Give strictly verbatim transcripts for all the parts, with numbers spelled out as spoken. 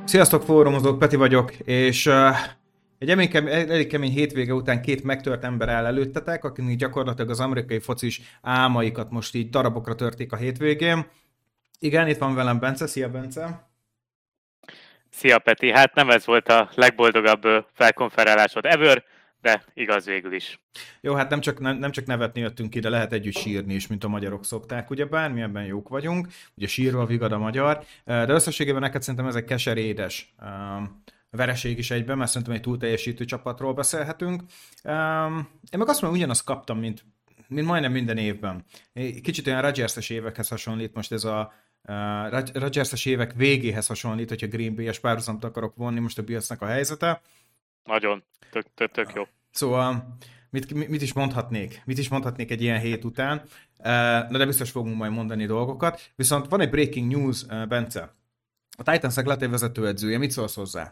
Sziasztok, fórumozók, Peti vagyok, és uh, egy elég kemény, elég kemény hétvége után két megtört ember áll előttetek, akinek gyakorlatilag az amerikai focis álmaikat most így darabokra törték a hétvégén. Igen, itt van velem Bence. Szia, Bence! Szia, Peti! Hát nem ez volt a legboldogabb felkonferálásod ever, de igaz végül is. Jó, hát nem csak, nem, nem csak nevetni jöttünk ide, lehet együtt sírni is, mint a magyarok szokták, ugye bármi, ebben jók vagyunk, ugye sírva vigad a magyar, de összességében neked szerintem ez egy keserédes um, vereség is egyben, mert szerintem egy túlteljesítő csapatról beszélhetünk. Um, én meg azt mondom, ugyanazt kaptam, mint, mint majdnem minden évben. Kicsit olyan Rodgers-es évekhez hasonlít most ez a uh, Rodgers-es évek végéhez hasonlít, hogyha Green Bay-es párhuzamot akarok vonni most a Billsnek a helyzete. Nagyon, tök, tök, tök jó. Szóval mit, mit is mondhatnék? Mit is mondhatnék egy ilyen hét után? Na de biztos fogunk majd mondani dolgokat. Viszont van egy breaking news, Bence. A Titansnek lett egy vezetőedzője. Mit szólsz hozzá?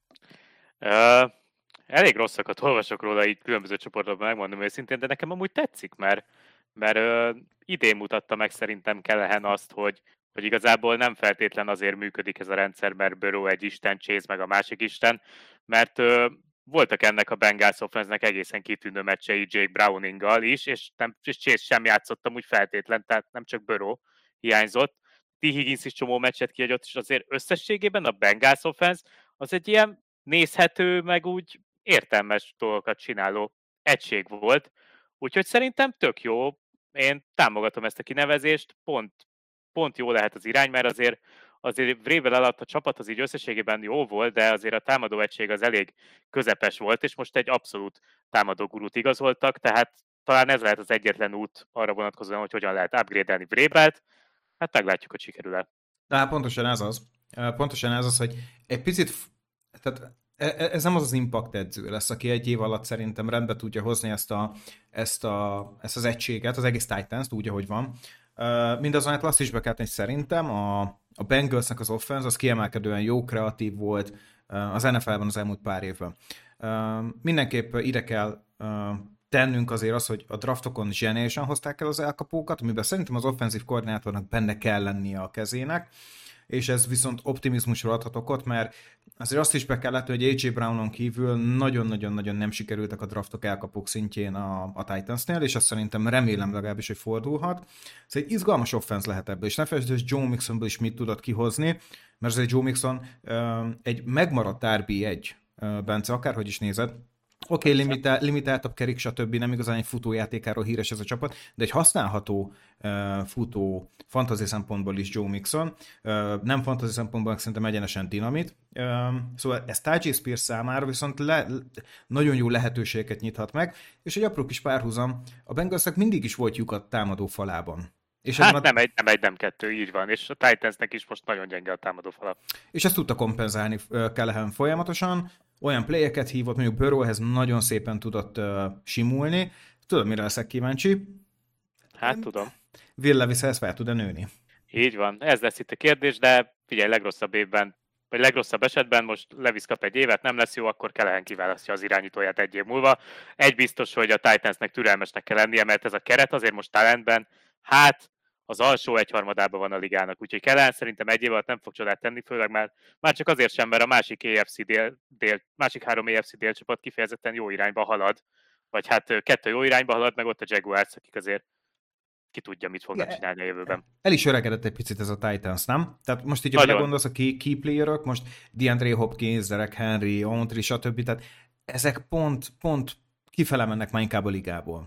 Uh, elég rosszakat olvasok róla így különböző csoportokban, megmondom őszintén, de nekem amúgy tetszik, mert, mert uh, idén mutatta meg szerintem Callahan azt, hogy, hogy igazából nem feltétlen azért működik ez a rendszer, mert Burrow egy isten, Chase meg a másik isten, mert uh, voltak ennek a Bengals offense-nek egészen kitűnő meccsei Jake Browninggal is, és, nem, és Chase sem játszottam úgy feltétlen, tehát nem csak Burrow hiányzott. T. Higgins is csomó meccset kiadott, és azért összességében a Bengals offense az egy ilyen nézhető, meg úgy értelmes dolgokat csináló egység volt. Úgyhogy szerintem tök jó. Én támogatom ezt a kinevezést, pont, pont jó lehet az irány, mert azért azért Vrabel alatt a csapat az így összességében jó volt, de azért a támadó egység az elég közepes volt, és most egy abszolút támadó gurút igazoltak, tehát talán ez lehet az egyetlen út arra vonatkozóan, hogy hogyan lehet upgrade-elni Vrabelt. Hát meglátjuk, hogy sikerül-e. De hát pontosan ez az. Pontosan ez az, hogy egy picit, tehát ez nem az az impact edző lesz, aki egy év alatt szerintem rendbe tudja hozni ezt, a, ezt, a, ezt az egységet, az egész Titans-t úgy, ahogy van. Mindazonáltal azt is be kell tenni, szerintem a, a Bengalsnek az offense az kiemelkedően jó, kreatív volt az en ef el-ben az elmúlt pár évben. Mindenképp ide kell tennünk azért az, hogy a draftokon zseniálisan hozták el az elkapókat, amiben szerintem az offenzív koordinátornak benne kell lennie a kezének, és ez viszont optimizmusra adhat okot, mert azért azt is be kell látni, hogy á jé Brownon kívül nagyon-nagyon-nagyon nem sikerültek a draftok elkapók szintjén a, a Titansnél, és azt szerintem remélem legalábbis, hogy fordulhat. Ez egy izgalmas offense lehet ebből, és ne felejtsd, hogy Joe Mixonból is mit tudott kihozni, mert ez egy Joe Mixon egy megmaradt er bé egy, Bence, akárhogy is nézed. Oké, okay, limitál, limitáltabb kerik, stb. Nem igazán egy futójátékáról híres ez a csapat, de egy használható uh, futó fantasy szempontból is Joe Mixon, uh, nem fantasy szempontból szerintem egyenesen dinamit. Uh, szóval ez Tajay Spears számára viszont le, nagyon jó lehetőségeket nyithat meg, és egy apró kis párhuzam, a Bengalsnak mindig is volt lyuk a támadó falában. És hát a... nem, egy, nem egy, nem kettő, így van, és a Titansnek is most nagyon gyenge a támadó fala. És ezt tudta kompenzálni uh, Callahan folyamatosan, olyan playeket hívott, mondjuk Burrowhez nagyon szépen tudott uh, simulni. Tudod, mire leszek kíváncsi? Hát Én... tudom. Will Levis ezt fel tud-e nőni? Így van, ez lesz itt a kérdés, de figyelj, legrosszabb évben, vagy legrosszabb esetben most Levis kap egy évet, nem lesz jó, akkor Callahan kiválasztja az irányítóját egy év múlva. Egy biztos, hogy a Titansnek türelmesnek kell lennie, mert ez a keret azért most talentben, hát az alsó egyharmadában van a ligának, úgyhogy Callahan szerintem egy év alatt nem fog csodát tenni, főleg már, már csak azért sem, mert a másik á ef cé dél, dél, másik három á ef cé délcsapat kifejezetten jó irányba halad, vagy hát kettő jó irányba halad, meg ott a Jaguars, akik azért ki tudja, mit fognak ja, csinálni a jövőben. El is öregedett egy picit ez a Titans, nem? Tehát most így, ha belegondolsz a key, key playerök, most DeAndre Hopkins, Derek Henry, Ontry, stb. Tehát ezek pont, pont kifele mennek már inkább a ligából.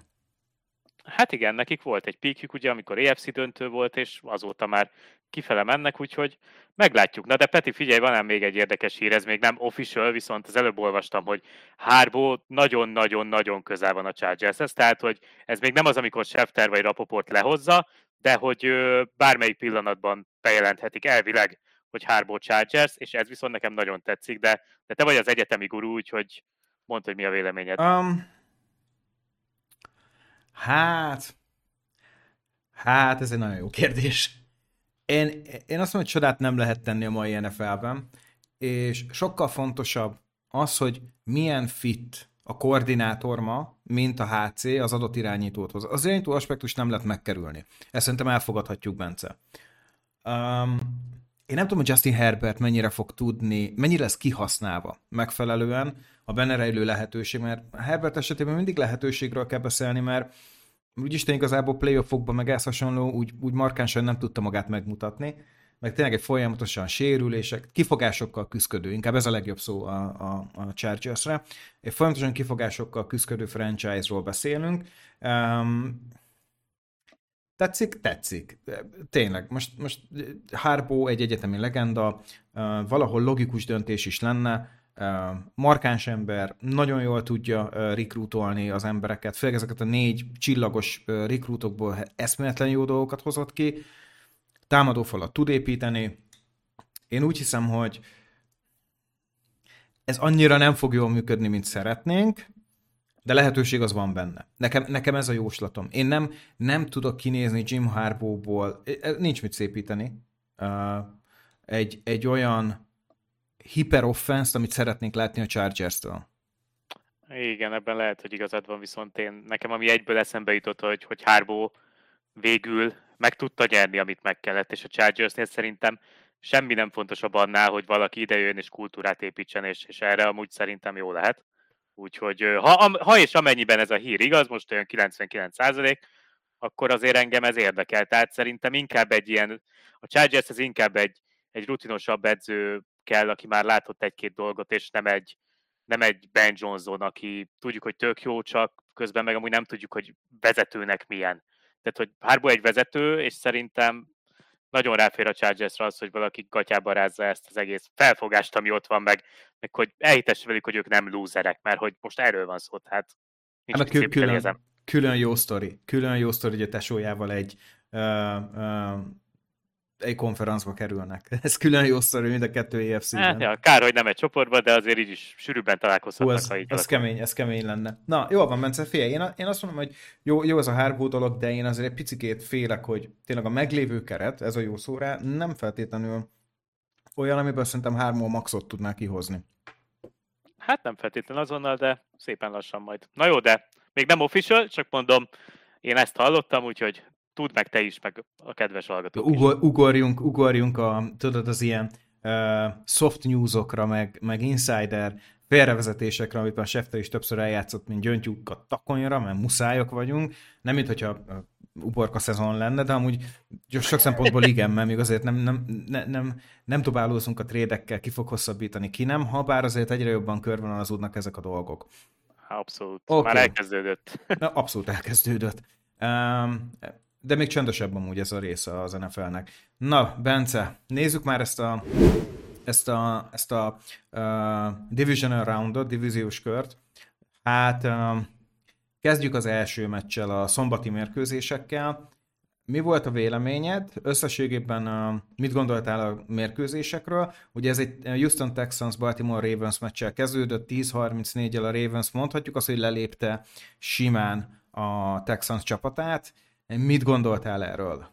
Hát igen, nekik volt egy píkjük, ugye, amikor á ef cé döntő volt, és azóta már kifele mennek, úgyhogy meglátjuk. Na de Peti, figyelj, van ám még egy érdekes hír, ez még nem official, viszont az előbb olvastam, hogy Harbaugh nagyon-nagyon-nagyon közel van a Chargershez, tehát hogy ez még nem az, amikor Schefter vagy Rapoport lehozza, de hogy bármelyik pillanatban bejelenthetik elvileg, hogy Harbaugh Chargers, és ez viszont nekem nagyon tetszik, de, de te vagy az egyetemi gurú, úgyhogy mondd, hogy mi a véleményed. Um... Hát, hát ez egy nagyon jó kérdés. Én, én azt mondom, hogy csodát nem lehet tenni a mai en ef el-ben, és sokkal fontosabb az, hogy milyen fit a koordinátor ma, mint a há cé az adott irányítót hoz. Az irányító aspektus nem lehet megkerülni. Ezt szerintem elfogadhatjuk, Bence. Um, én nem tudom, hogy Justin Herbert mennyire fog tudni, mennyire lesz kihasználva megfelelően a benne rejlő lehetőség, mert Herbert esetében mindig lehetőségről kell beszélni, mert úgyis tényleg igazából playoffokban meg ez hasonló, úgy, úgy markánsan nem tudta magát megmutatni, meg tényleg egy folyamatosan sérülések, kifogásokkal küzdködő, inkább ez a legjobb szó a, a, a Chargersre, egy folyamatosan kifogásokkal küzdködő franchise-ról beszélünk. Um, Tetszik? Tetszik. Tényleg, most, most Harbaugh egy egyetemi legenda, valahol logikus döntés is lenne, markáns ember, nagyon jól tudja rekrútolni az embereket, főleg ezeket a négy csillagos rekrútokból eszméletlen jó dolgokat hozott ki, támadófalat tud építeni. Én úgy hiszem, hogy ez annyira nem fog jól működni, mint szeretnénk, de lehetőség az van benne. Nekem, nekem ez a jóslatom. Én nem, nem tudok kinézni Jim Harbaughból, nincs mit szépíteni, egy, egy olyan hiperoffenszt, amit szeretnénk látni a Chargers-től. Igen, ebben lehet, hogy igazad van, viszont én, nekem ami egyből eszembe jutott, hogy, hogy Harbaugh végül meg tudta nyerni, amit meg kellett, és a Chargersnél szerintem semmi nem fontosabb annál, hogy valaki idejön és kultúrát építsen, és, és erre amúgy szerintem jó lehet. Úgyhogy ha, ha és amennyiben ez a hír igaz, most olyan kilencvenkilenc százalék, akkor azért engem ez érdekel. Tehát szerintem inkább egy ilyen, a Chargershez inkább egy, egy rutinosabb edző kell, aki már látott egy-két dolgot, és nem egy, nem egy Ben Johnson, aki tudjuk, hogy tök jó, csak közben meg amúgy nem tudjuk, hogy vezetőnek milyen. Tehát, hogy Harbaugh egy vezető, és szerintem nagyon ráfér a Chargersra az, hogy valaki gatyába rázza ezt az egész felfogást, ami ott van, meg, meg hogy elhitesse velük, hogy ők nem lúzerek, mert hogy most erről van szó, tehát nincs Hát mit szépíteni külön, ezen. külön jó sztori. Külön jó sztori, hogy a tesójával egy uh, uh, egy konferencba kerülnek. Ez külön jó sztori, mind a kettő á ef cé-ben. Hát, ja, kár, hogy nem egy csoportban, de azért így is sűrűbben találkozhatnak, Hú, ez, ha így ez kemény, ez kemény lenne. Na, jól van, Bence, figyelj, én, én azt mondom, hogy jó, jó ez a Harbaugh dolog, de én azért egy picikét félek, hogy tényleg a meglévő keret, ez a jó szó rá, nem feltétlenül olyan, amiből szerintem Harbaugh maxot tudná kihozni. Hát nem feltétlenül azonnal, de szépen lassan majd. Na jó, de még nem official, csak mondom, én ezt hallottam, úgyhogy tudd meg te is, meg a kedves hallgatók Ugor, ugorjunk, ugorjunk a, tudod, az ilyen uh, soft newsokra, meg, meg insider félrevezetésekre, amit a Schefter is többször eljátszott, mint gyöngyük a takonyra, mert muszájak vagyunk. Nem, mint hogyha uborka szezon lenne, de amúgy sok szempontból igen, mert még azért nem, nem, nem, nem, nem dobálózunk a trédekkel, ki fog hosszabbítani, ki nem, ha bár azért egyre jobban körvonalazódnak ezek a dolgok. Abszolút. Okay. Már elkezdődött. Na, abszolút elkezdődött. Um, de még csöndesebb amúgy ez a része az en ef el-nek. Na, Bence, nézzük már ezt a ezt a, ezt a uh, divisional roundot, divíziós kört. Hát uh, kezdjük az első meccsel, a szombati mérkőzésekkel. Mi volt a véleményed? Összességében uh, mit gondoltál a mérkőzésekről? Ugye ez egy Houston Texans Baltimore Ravens meccsel kezdődött, tíz harmincnéggyel a Ravens, mondhatjuk azt, hogy lelépte simán a Texans csapatát. Mit gondoltál erről?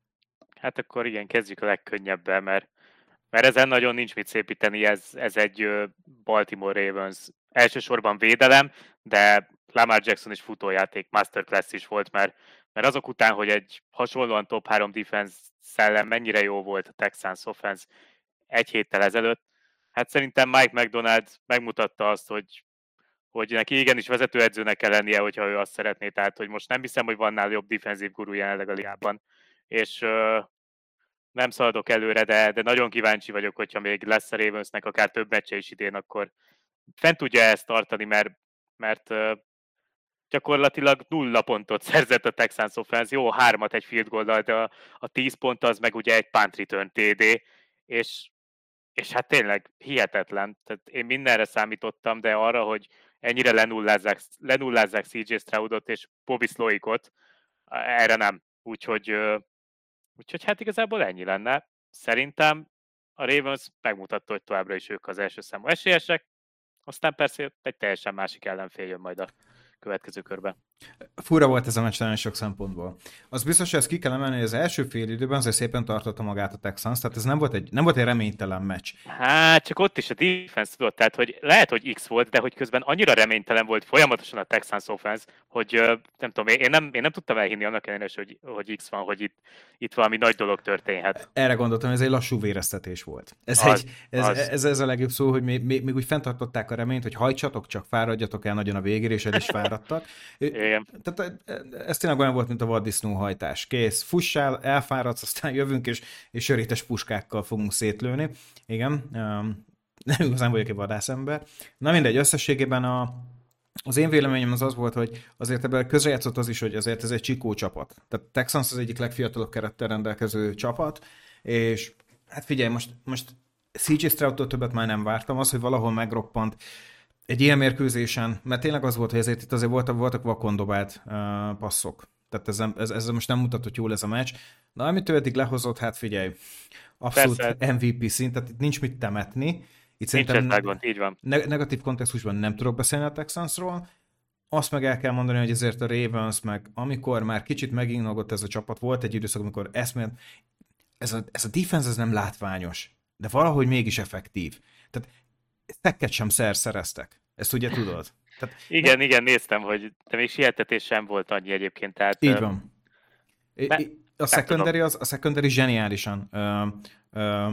Hát akkor igen, kezdjük a legkönnyebben, mert, mert ezen nagyon nincs mit szépíteni, ez, ez egy Baltimore Ravens elsősorban védelem, de Lamar Jackson is futójáték, masterclass is volt, mert, mert azok után, hogy egy hasonlóan top három defense szellem mennyire jó volt a Texans offense egy héttel ezelőtt, hát szerintem Mike McDonald megmutatta azt, hogy hogy neki igenis vezetőedzőnek kell lennie, hogyha ő azt szeretné. Tehát, hogy most nem hiszem, hogy van nála jobb defenzív guru jelenleg a ligában. És uh, nem szaladok előre, de, de nagyon kíváncsi vagyok, hogyha még lesz a Ravensnek akár több meccse is idén, akkor fent tudja ezt tartani, mert, mert uh, gyakorlatilag nulla pontot szerzett a Texans offense. Jó, hármat egy field goal, de a, a tíz pont az meg ugye egy punt return té dé, és, és hát tényleg hihetetlen. Tehát én mindenre számítottam, de arra, hogy ennyire lenullázzák, lenullázzák cé jé Stroudot és Bobby Sloikot, erre nem. Úgyhogy, úgyhogy hát igazából ennyi lenne. Szerintem a Ravens megmutatta, hogy továbbra is ők az első számú esélyesek, aztán persze egy teljesen másik ellenfél jön majd a következő körben. Fura volt ez a meccs nagyon sok szempontból. Az biztos, hogy ezt ki kell emelni, hogy az első fél időben azért szépen tartotta magát a Texans, tehát ez nem volt egy, nem volt egy reménytelen meccs. Hát csak ott is a defense tudott, tehát hogy lehet, hogy X volt, de hogy közben annyira reménytelen volt folyamatosan a Texans offense, hogy nem tudom, én nem, én nem tudtam elhinni annak ellenére, hogy, hogy X van, hogy itt, itt valami nagy dolog történhet. Erre gondoltam, ez egy lassú véreztetés volt. Ez, Az, egy, ez, az. ez, ez a legjobb szó, hogy még, még, még úgy fenntartották a reményt, hogy hajtsatok, csak fáradjatok el nagyon a végére, és el is fáradtak. Igen. Tehát ez tényleg olyan volt, mint a vaddisznóhajtás. Kész, fussál, elfáradsz, aztán jövünk, és, és sörétes puskákkal fogunk szétlőni. Igen, um, nem igazán vagyok egy vadászember. Na mindegy, összességében a, az én véleményem az az volt, hogy azért ebben közrejátszott az is, hogy azért ez egy csikó csapat. Tehát Texans az egyik legfiatalabb kerettel rendelkező csapat, és hát figyelj, most, most cé jé Stroudtól többet már nem vártam, az, hogy valahol megroppant egy ilyen mérkőzésen, mert tényleg az volt, hogy ezért itt azért voltak, voltak vakondobált uh, passzok. Tehát ez, ez, ez most nem mutat, hogy jól ez a meccs. Na, amit ő eddig lehozott, hát figyelj, abszolút Persze. em vé pé szint, tehát itt nincs mit temetni. Itt nincs szerintem így van. Negatív kontextusban nem tudok beszélni a Texansról. Azt meg el kell mondani, hogy ezért a Ravens meg, amikor már kicsit meginnogott ez a csapat, volt egy időszak, amikor eszmélet, ez a, ez a defense ez nem látványos, de valahogy mégis effektív. Tehát tekket sem szer szereztek. Ezt ugye tudod? Tehát, igen, ne... igen, néztem, hogy de még sietetés sem volt annyi egyébként. Tehát, így van. Be, a, secondary az, a secondary zseniálisan ö, ö,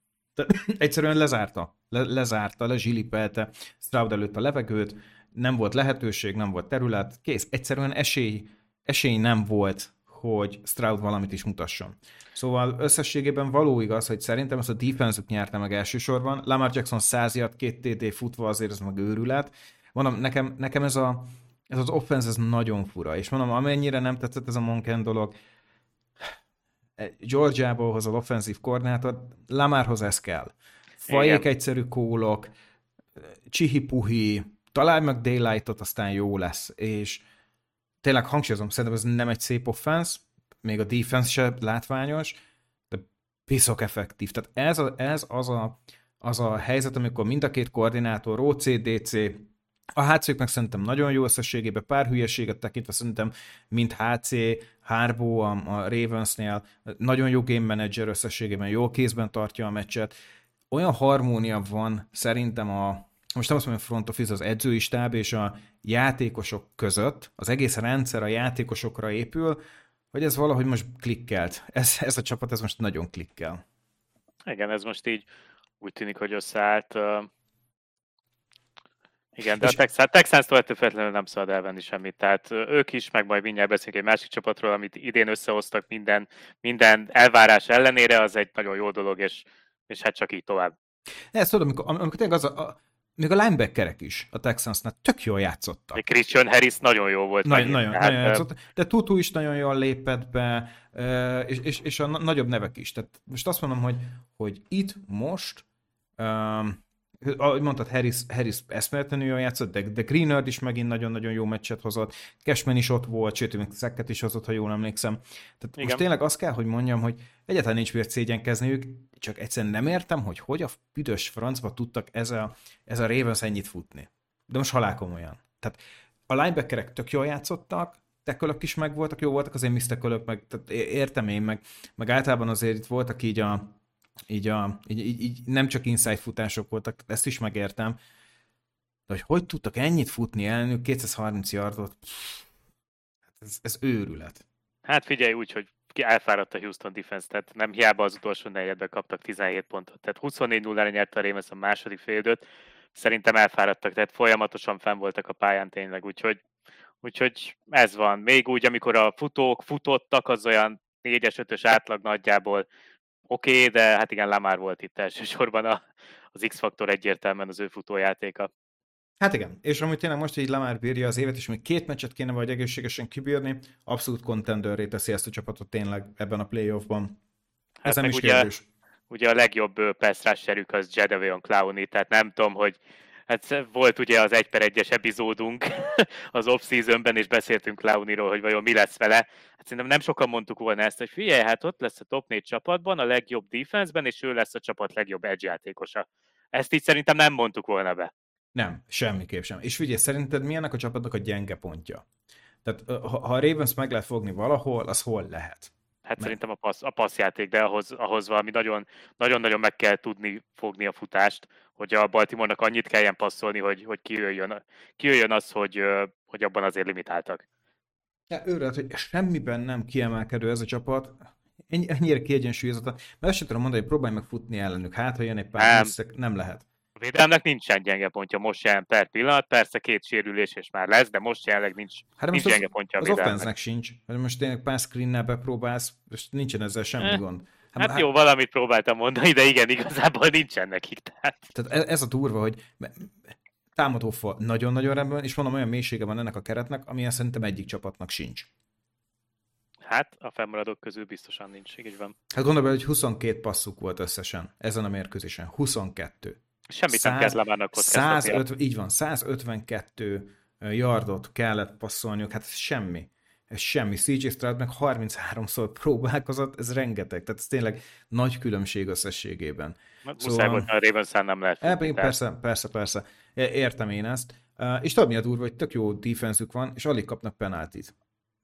egyszerűen lezárta. Le, lezárta, lezsilipelte Stroud előtt a levegőt, nem volt lehetőség, nem volt terület, kész. Egyszerűen esély, esély nem volt, hogy Stroud valamit is mutasson. Szóval összességében való igaz, hogy szerintem ezt a defense-ük nyerte meg elsősorban. Lamar Jackson száz yard, két té dé futva, azért ez meg őrület. Mondom, nekem, nekem ez, a, ez az offense ez nagyon fura, és mondom, amennyire nem tetszett ez a Monken dolog, Georgiából hozol offenzív koordinátor, Lamarhoz ez kell. Fajék igen. Egyszerű kólok, csihi-puhi, találj meg Daylightot, aztán jó lesz, és tényleg hangsúlyozom, szerintem ez nem egy szép offense, még a defense se látványos, de piszok effektív. Tehát ez, a, ez az, a, az a helyzet, amikor mind a két koordinátor, o cé dé cé, a há cé-k meg szerintem nagyon jó összességében, pár hülyeséget tekintve szerintem, mint há cé, Harbaugh a, a Ravensnél, nagyon jó game manager összességében, jó kézben tartja a meccset. Olyan harmónia van szerintem a, most nem azt mondom, front office, az edzői stáb és a játékosok között, az egész rendszer a játékosokra épül, hogy ez valahogy most klikkelt. Ez, ez a csapat, ez most nagyon klikkel. Igen, ez most így úgy tűnik, hogy összeállt. Igen, de és a Texans-tól ettől feltétlenül nem szabad elvenni semmit. Tehát ők is, meg majd mindjárt beszélünk egy másik csapatról, amit idén összehoztak minden, minden elvárás ellenére, az egy nagyon jó dolog, és, és hát csak így tovább. Ezt tudom, amikor, amikor tényleg az a, a még a linebackerek is a Texansnál tök jól játszottak. Egy Christian Harris nagyon jó volt. Nagyon, nagyon, hát, nagyon játszott. De Tutu is nagyon jól lépett be, és, és, és a nagyobb nevek is. Tehát most azt mondom, hogy, hogy itt most, um, ahogy mondtad, Harris, Harris eszméletlenül jól játszott, de, de Greenard is megint nagyon-nagyon jó meccset hozott, Cashman is ott volt, sőt, még Sacket is hozott, ha jól emlékszem. Tehát igen. Most tényleg azt kell, hogy mondjam, hogy egyáltalán nincs miért szégyenkezniük, csak egyszerűen nem értem, hogy hogy a büdös francba tudtak ez a, ez a Ravens ennyit futni. De most halálkomolyan. Tehát a linebackerek tök jól játszottak, tekölök is meg voltak, jó voltak, azért misztekölök, meg tehát értem én, meg, meg általában azért itt voltak így a Így, a, így, így, így nem csak inside futások voltak, ezt is megértem. De hogy hogy tudtak ennyit futni elnök, kétszázharminc yardot, hát ez, ez őrület. Hát figyelj úgy, hogy elfáradt a Houston defense, tehát nem hiába az utolsó negyedben kaptak tizenhét pontot. Tehát huszonnégy nullára nyerte a Ravens a második félidőt, szerintem elfáradtak, tehát folyamatosan fenn voltak a pályán tényleg, úgyhogy, úgyhogy ez van. Még úgy, amikor a futók futottak, az olyan négyes, ötös átlag nagyjából. Oké, okay, de hát igen, Lamar volt itt elsősorban a, az X-faktor egyértelműen az ő futójátéka. Hát igen, és amúgy tényleg most így Lamar bírja az évet, és még két meccset kéne vagy egészségesen kibírni, abszolút contenderré teszi ezt a csapatot tényleg ebben a playoffban. Hát ez nem is ugye, kérdés. Ugye a legjobb pass rusherük az Jadeveon Clowney, tehát nem tudom, hogy hát volt ugye az egy per egyes epizódunk az off-seasonben, és beszéltünk Clowneyról, hogy vajon mi lesz vele. Hát szerintem nem sokan mondtuk volna ezt, hogy figyelj, hát ott lesz a top négy csapatban, a legjobb defenseben, és ő lesz a csapat legjobb edge játékosa. Ezt így szerintem nem mondtuk volna be. Nem, semmiképp sem. És figyelj, szerinted mi ennek a csapatnak a gyenge pontja? Tehát ha, ha a Ravens meg lehet fogni valahol, az hol lehet? Hát Mert... szerintem a, passz, a passzjáték, de ahhoz, ahhoz valami nagyon, nagyon-nagyon meg kell tudni fogni a futást, hogy a Baltimore-nak annyit kelljen passzolni, hogy, hogy kijöjjön, kijöjjön az, hogy, hogy abban azért limitáltak. Ja, őrület, hogy semmiben nem kiemelkedő ez a csapat, ennyi, ennyire kiegyensúlyozott, mert azt sem tudom mondani, hogy próbálj meg futni ellenük, hát ha jön egy pár Nem, misszek, nem lehet. a védelemnek nincsen gyenge pontja most jelen per pillanat, persze két sérülés és már lesz, de most jelenleg nincs, Hát nincs most gyenge az, pontja a az védelemnek. offense-nek sincs, hogy most tényleg pass screen-nel bepróbálsz, és nincsen ezzel semmi Eh, gond. Hát, hát jó, valamit próbáltam mondani, de igen, igazából nincsen nekik. Tehát, tehát ez, ez a durva, hogy támadófal nagyon-nagyon rendben, és mondom, olyan mélysége van ennek a keretnek, amilyen szerintem egyik csapatnak sincs. hát a fennmaradók közül biztosan nincs, így van. Hát gondolj bele, hogy huszonkét passzuk volt összesen ezen a mérkőzésen. huszonkettő. Semmit száz, nem kellett Lamárnak kockáztatni. Így van, százötvenkettő yardot kellett passzolniuk, hát ez semmi. Ez semmi. cé jé Stroud meg harmincháromszor próbálkozott, ez rengeteg. Tehát ez tényleg nagy különbség összességében. Muszáj szóval... volt, a Ravens-en nem lehet futni. E, persze, persze, persze. Értem én ezt. És tudod mi a durva, hogy tök jó defenzük van, és alig kapnak penaltit.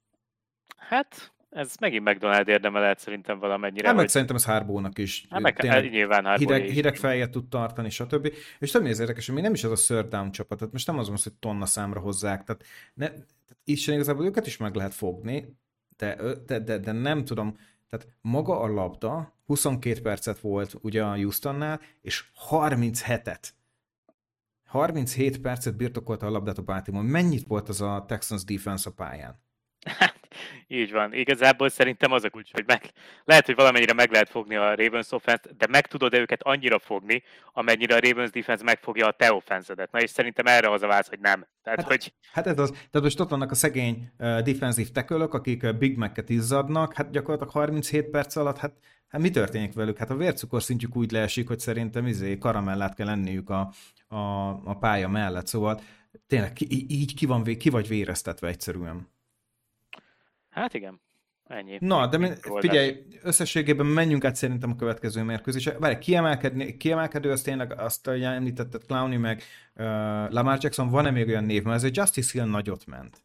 Hát, ez megint McDonald érdeme lehet szerintem valamennyire. Hát hogy... meg szerintem ez Harbónak is. Hát meg tényleg nyilván Harbó hideg, hideg fejet tud tartani, stb. És tudom, mi az érdekes, hogy még nem is az a third down csapat, tehát most nem az, hogy tonna számra hozzák, tehát, ne, tehát így sem igazából őket is meg lehet fogni, de, de, de, de nem tudom, tehát maga a labda huszonkét percet volt ugye a Houstonnál, és harminchetet. harminchét percet birtokolta a labdát a Baltimore. Mennyit volt az a Texans defense a pályán? Hát, így van. Igazából szerintem az a kulcs, hogy meg, lehet, hogy valamennyire meg lehet fogni a Ravens offense, de meg tudod őket annyira fogni, amennyire a Ravens defense megfogja a te offense-edet. Na és szerintem erre az a válasz, hogy nem. Tehát, hát, hogy... hát ez az. Tehát most ott vannak a szegény uh, defensív tekölök, akik uh, Big Mac-et izzadnak, hát gyakorlatilag harminchét perc alatt, hát, hát mi történik velük? Hát a vércukor szintjük úgy leesik, hogy szerintem izé karamellát kell enniük a, a, a pálya mellett. Szóval tényleg ki, így ki, van, ki vagy véreztetve egyszerűen. Hát igen, ennyi. Na, de mi, figyelj, összességében menjünk át szerintem a következő mérkőzésre. Várj, kiemelkedő, az tényleg azt említetted, Clowney meg uh, Lamar Jackson, van-e még olyan név? Mert ez egy Justice Hill nagyot ment.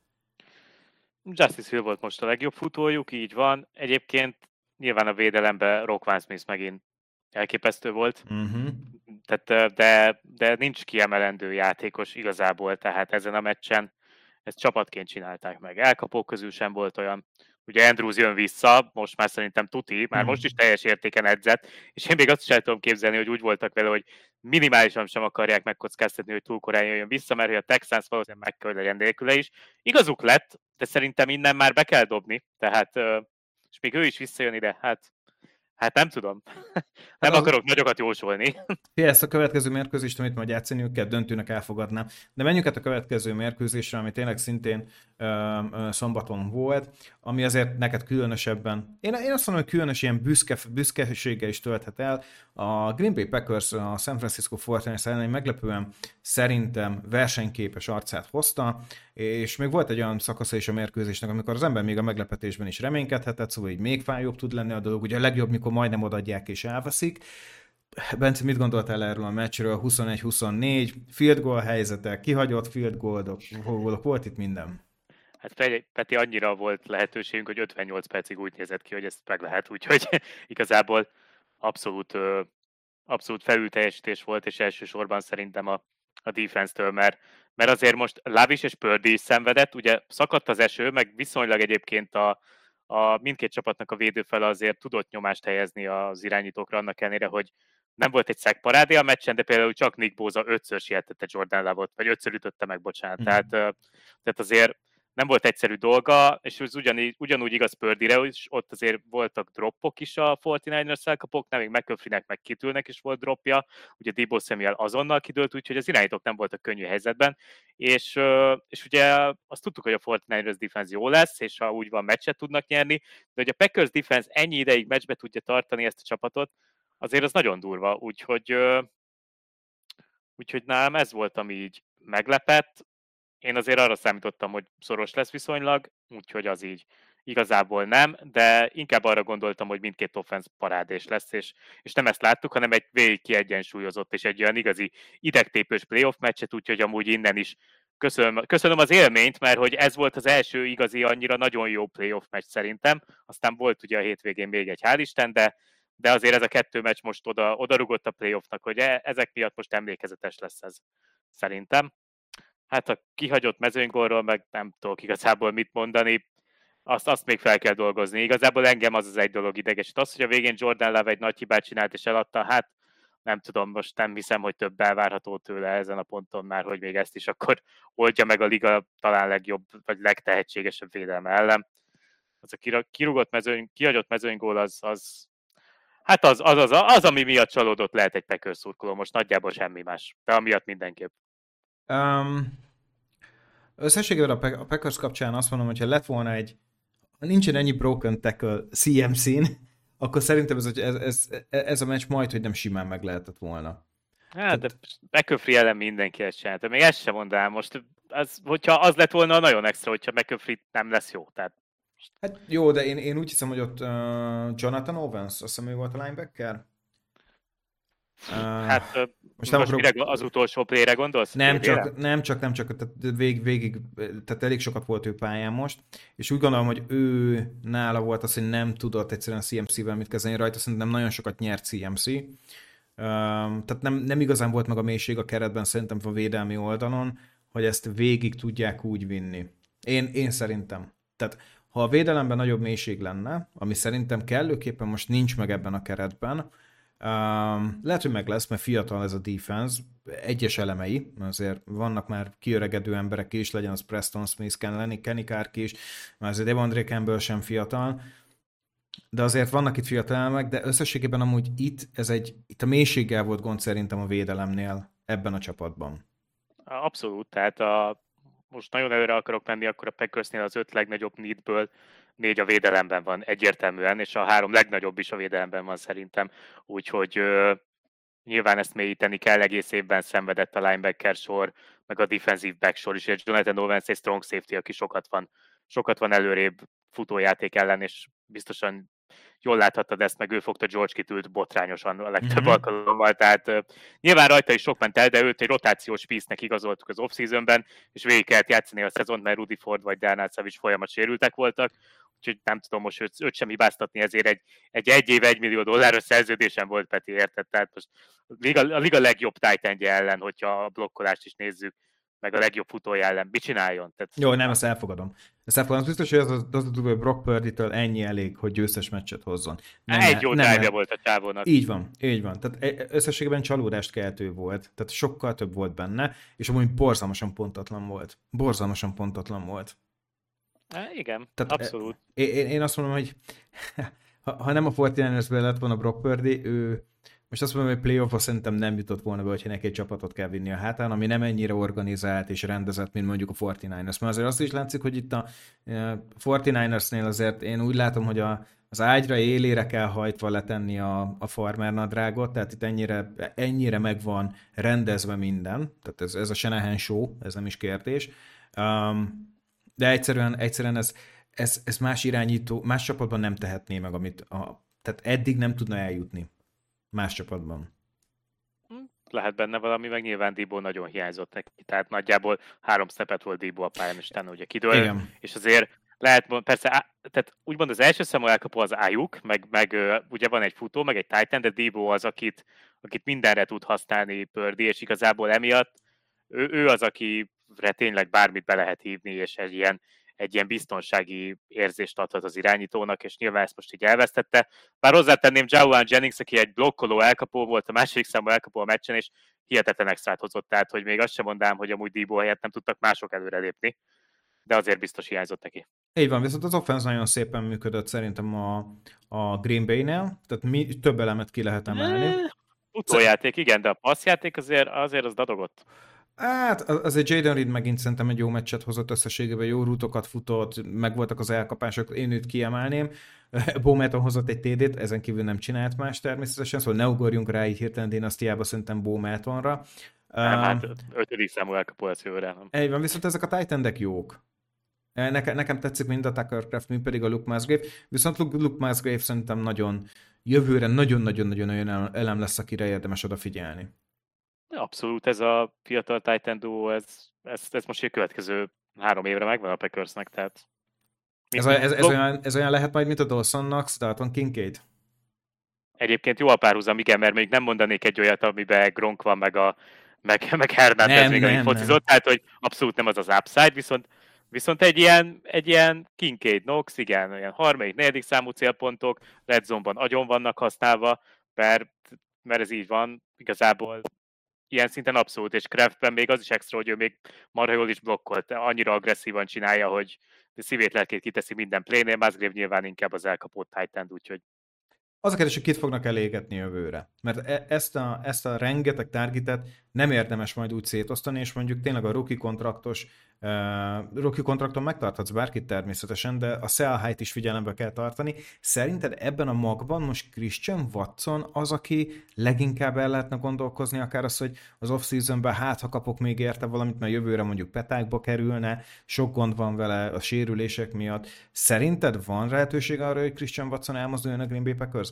Justice Hill volt most a legjobb futójuk, így van. Egyébként nyilván a védelemben Roquan Smith megint elképesztő volt. Uh-huh. Tehát, de, de nincs kiemelendő játékos igazából, tehát ezen a meccsen ezt csapatként csinálták meg. Elkapók közül sem volt olyan. Ugye Andrews jön vissza, most már szerintem tuti, már mm. most is teljes értéken edzett, és én még azt is el tudom képzelni, hogy úgy voltak vele, hogy minimálisan sem akarják megkockáztatni, hogy túl korán jön vissza, mert hogy a Texans valószínűleg meg kell, hogy legyen nélküle is. Igazuk lett, de szerintem innen már be kell dobni, tehát, és még ő is visszajön ide, hát Hát nem tudom. Nem hát akarok az... nagyokat jósolni. Fia, ezt a következő mérkőzést, amit majd játszani kell, döntőnek elfogadnám. De menjünk át a következő mérkőzésre, ami tényleg szintén ö, ö, szombaton volt, ami azért neked különösebben, én, én azt mondom, hogy különös ilyen büszke, büszkeséggel is tölthet el. A Green Bay Packers a San Francisco negyvenkilencesek ellen meglepően szerintem versenyképes arcát hozta, és még volt egy olyan szakasza is a mérkőzésnek, amikor az ember még a meglepetésben is reménykedhetett, szóval így még fájóbb tud lenni a dolog, ugye a legjobb, mikor majdnem odaadják és elveszik. Bence, mit gondoltál erről a meccsről? huszonegy huszonnégy, field goal helyzetek, kihagyott field goalok, volt itt minden. Hát Peti, annyira volt lehetőségünk, hogy ötvennyolc percig úgy nézett ki, hogy ezt meg lehet, úgyhogy igazából abszolút, abszolút felülteljesítés volt, és elsősorban szerintem a, a defense-től, mert, mert azért most Lavis és Purdy is szenvedett, ugye szakadt az eső, meg viszonylag egyébként a, a mindkét csapatnak a védőfele azért tudott nyomást helyezni az irányítókra, annak ellenére, hogy nem volt egy szegparádé a meccsen, de például csak Nick Bosa ötször sietette Jordan Love-ot, vagy ötször ütötte meg, bocsánat. Mm. Tehát, tehát azért nem volt egyszerű dolga, és ez ugyanígy, ugyanúgy igaz Purdyre, és ott azért voltak droppok is a negyvenkilencesek elkapóknál, még McCaffrey-nek meg kitűlnek is volt dropja, ugye Deebo Samuel azonnal kidőlt, úgyhogy az irányítók nem voltak könnyű helyzetben, és, és ugye azt tudtuk, hogy a negyvenkilencesek defense jó lesz, és ha úgy van, meccset tudnak nyerni, de hogy a Packers defense ennyi ideig meccsbe tudja tartani ezt a csapatot, azért az nagyon durva, úgyhogy, úgyhogy nálam ez volt, ami így meglepett. Én azért arra számítottam, hogy szoros lesz viszonylag, úgyhogy az így igazából nem, de inkább arra gondoltam, hogy mindkét offense parádés lesz, és, és nem ezt láttuk, hanem egy végig kiegyensúlyozott, és egy olyan igazi idegtépős playoff meccset, úgyhogy amúgy innen is köszönöm, köszönöm az élményt, mert hogy ez volt az első igazi annyira nagyon jó playoff meccs szerintem. Aztán volt ugye a hétvégén még egy, hál' Isten, de, de azért ez a kettő meccs most oda, oda rugott a playoffnak, hogy e, ezek miatt most emlékezetes lesz ez szerintem. Hát a kihagyott mezőnygólról meg nem tudok igazából mit mondani, azt, azt még fel kell dolgozni. Igazából engem az az egy dolog idegesít. Az, hogy a végén Jordan Love egy nagy hibát csinált és eladta, hát nem tudom, most nem hiszem, hogy több elvárható tőle ezen a ponton már, hogy még ezt is akkor oldja meg a liga talán legjobb, vagy legtehetségesebb védelme ellen. Az a kirúgott mezőny, kihagyott mezőnygól az, az hát az, az, az, az, ami miatt csalódott lehet egy Packers szurkoló, most nagyjából semmi más, de amiatt mindenképp. Um, összességében a, Pe- a Packers kapcsán azt mondom, hogyha lett volna egy, ha nincsen ennyi broken tackle cé em cén, akkor szerintem ez, ez, ez, ez a meccs majd, hogy nem simán meg lehetett volna. Hát, de McCaffrey ellen mindenki ezt csinálta. Még ezt sem mondanám most. Az, hogyha az lett volna nagyon extra, hogyha McCaffrey nem lesz jó. Tehát... Hát jó, de én, én úgy hiszem, hogy ott uh, Jonathan Owens, azt hiszem, ő volt a linebacker. Uh, hát most, most akarok... mire, az utolsó playre gondolsz? Nem csak, nem csak, nem csak, tehát végig, végig, tehát elég sokat volt ő pályán most, és úgy gondolom, hogy ő nála volt az, hogy nem tudott egyszerűen cé em cé-vel mit kezdeni rajta, szerintem nagyon sokat nyert cé em cé. Uh, tehát nem, nem igazán volt meg a mélység a keretben szerintem a védelmi oldalon, hogy ezt végig tudják úgy vinni. Én, én szerintem. Tehát ha a védelemben nagyobb mélység lenne, ami szerintem kellőképpen most nincs meg ebben a keretben, um, lehet, hogy meg lesz, mert fiatal ez a defense, egyes elemei, azért vannak már kiöregedő emberek is, legyen az Preston Smith, Kenny, Kenny Clark is, már azért Devondre Campbell sem fiatal, de azért vannak itt fiatal elemek, de összességében amúgy itt, ez egy, itt a mélységgel volt gond szerintem a védelemnél ebben a csapatban. Abszolút, tehát a, most nagyon előre akarok menni, akkor a Packersnél az öt legnagyobb needből négy a védelemben van egyértelműen, és a három legnagyobb is a védelemben van szerintem, úgyhogy ö, nyilván ezt mélyíteni kell, egész évben szenvedett a linebacker sor, meg a defensive back sor is, és Jonathan Owens egy strong safety, aki sokat van, sokat van előrébb futójáték ellen, és biztosan jól láthattad ezt, meg ő fogta George Kittle-t botrányosan a legtöbb mm-hmm. alkalommal, tehát uh, nyilván rajta is sok ment el, de őt egy rotációs piece-nek igazoltuk az off-seasonben, és végig kellett játszani a szezont, mert Rudy Ford vagy Darnell Savage folyamat sérültek voltak, úgyhogy nem tudom most őt, őt sem hibáztatni, ezért egy, egy egy év egy millió dolláros szerződésen volt Peti, érted? Tehát most a liga, a liga legjobb tight endje ellen, hogyha a blokkolást is nézzük, meg a legjobb futója ellen. Mit csináljon? Tehát... Jó, nem, ezt elfogadom. Ezt elfogadom. Az biztos, hogy az, az, az a Brock Purdy-től ennyi elég, hogy győztes meccset hozzon. Nem, Egy jó drive volt a csávónak. Így van, így van. Tehát összességében csalódást keltő volt. Tehát sokkal több volt benne, és amúgy borzalmasan pontatlan volt. Borzalmasan pontatlan volt. Há, igen, Tehát abszolút. Én, én azt mondom, hogy ha, ha nem a negyvenkilencesben lett volna Brock Purdy, ő most azt mondom, hogy playoff-ba szerintem nem jutott volna be, hogyha neki egy csapatot kell vinni a hátán, ami nem ennyire organizált és rendezett, mint mondjuk a negyvenkilencesek. Mert azért azt is látszik, hogy itt a negyvenkilencesnél azért én úgy látom, hogy a, az ágyra élére kell hajtva letenni a, a farmer nadrágot, tehát itt ennyire, ennyire meg van rendezve minden, tehát ez, ez a Shanahan show, ez nem is kérdés. Um, de egyszerűen, egyszerűen ez, ez, ez más irányító, más csapatban nem tehetné meg, amit a, tehát eddig nem tudna eljutni más csapatban. Lehet benne valami, meg nyilván Debo nagyon hiányzott neki, tehát nagyjából három stepet volt Debo a pályán, és utána ugye kidől, és azért lehet, persze, tehát úgymond az első számú elkapó az Ayuk, meg, meg ugye van egy futó, meg egy tight end, de Debo az, akit, akit mindenre tud használni Purdy, és igazából emiatt ő, ő az, akire tényleg bármit be lehet hívni, és egy ilyen egy ilyen biztonsági érzést adhat az irányítónak, és nyilván ezt most így elvesztette. Bár hozzátenném Jauan Jennings, aki egy blokkoló elkapó volt, a második számú elkapó a meccsen, és hihetetlen extrát hozott, tehát hogy még azt sem mondám, hogy amúgy Debo helyett nem tudtak mások előrelépni, de azért biztos hiányzott neki. Így van, viszont az offense nagyon szépen működött szerintem a, a Green Bay-nél, tehát mi, több elemet ki lehet emelni. Utójáték, igen, de a passzjáték azért, azért az dadogott. Hát azért Jaden Reed megint szerintem egy jó meccset hozott összességében, jó rútokat futott, megvoltak az elkapások, én őt kiemelném. Bowmaton hozott egy té dét, ezen kívül nem csinált más természetesen, szóval ne ugorjunk rá így hirtelen dinasztiába szerintem Bowmatonra. Nem, um, hát ötödik számú elkapó lesz jövőre. Így van, viszont ezek a tight endek jók. Nekem, nekem tetszik mind a Tucker Kraft, mind pedig a Luke Musgrave, viszont Luke, Luke Musgrave szerintem nagyon jövőre nagyon-nagyon-nagyon olyan elem lesz, akire érdemes odafigyelni. Abszolút ez a fiatal Titan duo, ez, ez, ez most a következő három évre megvan a Packersnek, tehát Ez, mint, olyan- mint ez, ez, blog, olyan, ez olyan lehet majd, mint a Dawson Knox, Dalton Kincaid? egyébként jó a párhuzam, igen, mert még nem mondanék egy olyat, amiben Gronk van, meg, a, meg, meg Hernández Nem, még, amíg nem, nem. focizott, tehát hogy abszolút nem az az upside, viszont Viszont egy ilyen, egy ilyen Kincaid Knox, igen, olyan harmadik, negyedik számú célpontok, red zone-ban agyon vannak használva, mert, mert ez így van, igazából ilyen szinten abszolút, és Kraftben még az is extra, hogy ő még marha jól is blokkolt, annyira agresszívan csinálja, hogy szívét lelkét kiteszi minden playnél, Musgrave nyilván inkább az elkapott Titan, úgyhogy Az a kérdés, hogy kit fognak elégetni jövőre. Mert e- ezt a, ezt a rengeteg targetet nem érdemes majd úgy szétosztani, és mondjuk tényleg a rookie kontraktos, uh, rookie kontrakton megtarthatsz bárkit természetesen, de a sell high-t is figyelembe kell tartani. Szerinted ebben a magban most Christian Watson az, aki leginkább el lehetne gondolkozni, akár az, hogy az off-seasonben hát, ha kapok még érte valamit, mert jövőre mondjuk petákba kerülne, sok gond van vele a sérülések miatt. Szerinted van lehetőség arra, hogy Christian Watson elmozduljon a Green Bay Packersből?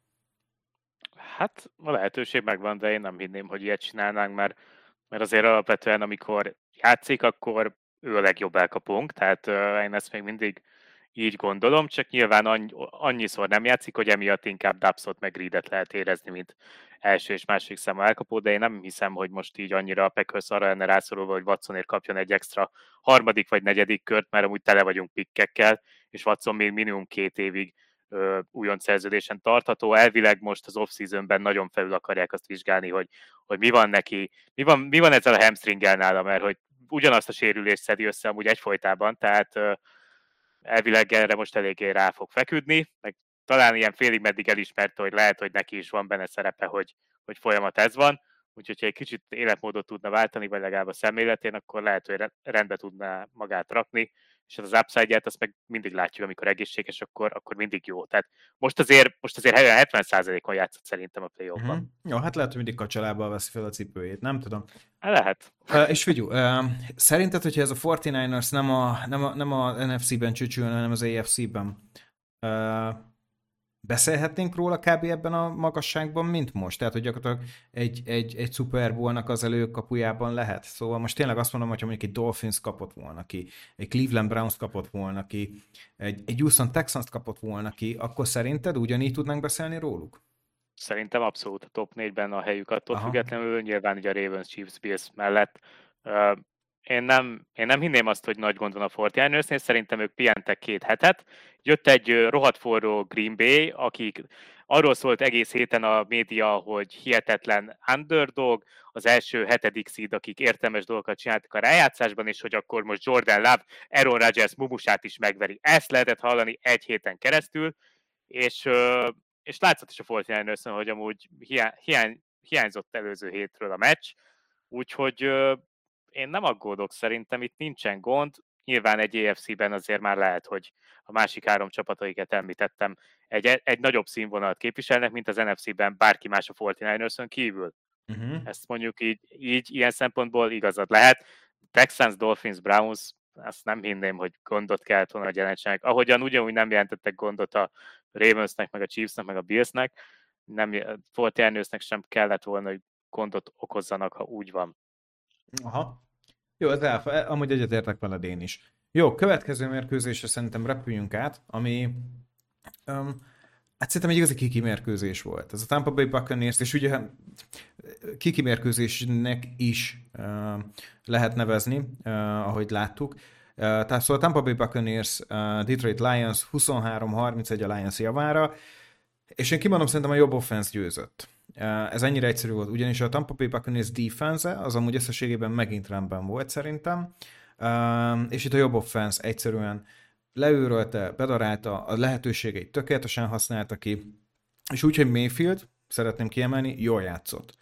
hát a lehetőség megvan, de én nem hinném, hogy ilyet csinálnánk, mert, mert azért alapvetően, amikor játszik, akkor ő a legjobb elkapónk, tehát uh, én ezt még mindig így gondolom, csak nyilván annyi, annyiszor nem játszik, hogy emiatt inkább Dubsot meg Reedet lehet érezni, mint első és második számú elkapó, de én nem hiszem, hogy most így annyira a Packers arra lenne rászorulva, hogy Watsonért kapjon egy extra harmadik vagy negyedik kört, mert amúgy tele vagyunk pikkekkel, és Watson még minimum két évig ö, újonc szerződésen tartható. Elvileg most az off-seasonben nagyon felül akarják azt vizsgálni, hogy, hogy mi van neki, mi van, mi van ezzel a hamstringgel nála, mert hogy ugyanazt a sérülést szedi össze amúgy egyfolytában, tehát ö, elvileg erre most eléggé rá fog feküdni, meg talán ilyen félig meddig elismerte, hogy lehet, hogy neki is van benne szerepe, hogy, hogy folyamat ez van, úgyhogy ha egy kicsit életmódot tudna váltani, vagy legalább a szemléletén, akkor lehet, hogy rendbe tudná magát rakni, és az upside-ját azt meg mindig látjuk, amikor egészséges, akkor, akkor mindig jó. Tehát most azért, most azért hetven százalékon játszott szerintem a play-offban. Uh-huh. Jó, hát lehet, hogy mindig kacsalábbal veszi fel a cipőjét, nem tudom. Lehet. Uh, és figyelj, uh, szerinted, hogyha ez a negyvenkilencesek nem a, nem a, nem a en ef cé-ben csücsülne, hanem az á ef cé-ben, uh, beszélhetnénk róla kb. Ebben a magasságban, mint most? Tehát, hogy gyakorlatilag egy, egy, egy Super Bowl-nak az előkapujában lehet. Szóval most tényleg azt mondom, hogyha mondjuk egy Dolphins kapott volna ki, egy Cleveland Browns kapott volna ki, egy, egy Houston Texans kapott volna ki, akkor szerinted ugyanígy tudnánk beszélni róluk? Szerintem abszolút a top négyben a helyük attól Aha. függetlenül, nyilván ugye a Ravens, Chiefs, Bills mellett. Uh, én nem, én nem hinném azt, hogy nagy gond van a negyvenkilencesnél, szerintem ők pihentek két hetet. Jött egy rohadt forró Green Bay, akik arról szólt egész héten a média, hogy hihetetlen underdog, az első hetedik seed, akik értelmes dolgokat csináltak a rájátszásban, és hogy akkor most Jordan Love, Aaron Rodgers mumusát is megveri. Ezt lehetett hallani egy héten keresztül, és uh, és látszott is a negyvenkilencesen, hogy amúgy hiány, hiány, hiányzott előző hétről a meccs, úgyhogy ö, én nem aggódok, szerintem itt nincsen gond. Nyilván egy á ef cé-ben azért már lehet, hogy a másik három csapat, amiket említettem, egy, egy nagyobb színvonalat képviselnek, mint az en ef cé-ben bárki más a negyvenkilencesen kívül. Uh-huh. Ezt mondjuk így, így ilyen szempontból igazad lehet. Texans, Dolphins, Browns, azt nem hinném, hogy gondot kellett volna, hogy jelentsenek. Ahogyan ugyanúgy nem jelentettek gondot a Ravensnek, meg a Chiefsnek, meg a Billsnek, nem, negyvenkilencesnek sem kellett volna, hogy gondot okozzanak, ha úgy van. Aha. Jó, ez elf- amúgy egyetértek veled én is. Jó, következő mérkőzésre szerintem repüljünk át, ami um, hát szerintem egy igazi kiki mérkőzés volt. Ez a Tampa Bay Buccaneers, és ugye kiki mérkőzésnek is uh, lehet nevezni, uh, ahogy láttuk. Uh, tehát szóval a Tampa Bay Buccaneers, uh, Detroit Lions huszonhárom harmincegy a Lions javára, és én kimondom, szerintem a jobb offense győzött. Uh, ez ennyire egyszerű volt, ugyanis a Tampa Bay Buccaneers defense az amúgy összességében megint rendben volt szerintem, uh, és itt a jobb offense egyszerűen leőrölte, bedarálta, a lehetőségeit tökéletesen használta ki, és úgy, hogy Mayfield, szeretném kiemelni, jól játszott.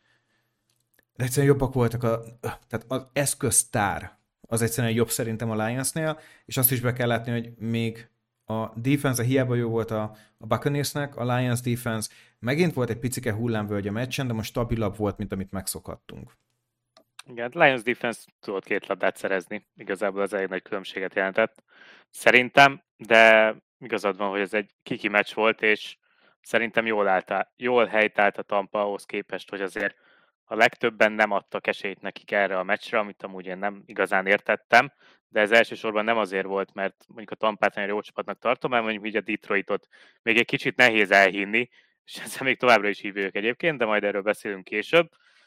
De egyszerűen jobbak voltak, a, tehát az eszköztár az egyszerűen jobb szerintem a Lionsnél, és azt is be kell látni, hogy még a defense, hiába jó volt a, a Buccaneersnek, a Lions defense megint volt egy picike hullámvölgy a meccsen, de most stabilabb volt, mint amit megszokhattunk. Igen, a Lions defense tudott két labdát szerezni, igazából az egy nagy különbséget jelentett. Szerintem, de igazad van, hogy ez egy kiki meccs volt, és szerintem jól, állt, jól helytált a Tampa ahhoz képest, hogy azért a legtöbben nem adtak esélyt nekik erre a meccsre, amit amúgy én nem igazán értettem, de ez elsősorban nem azért volt, mert mondjuk a Tampát nagyon jó csapatnak tartom, mert mondjuk így a Detroitot még egy kicsit nehéz elhinni, és ezzel még továbbra is hívjuk egyébként, de majd erről beszélünk később.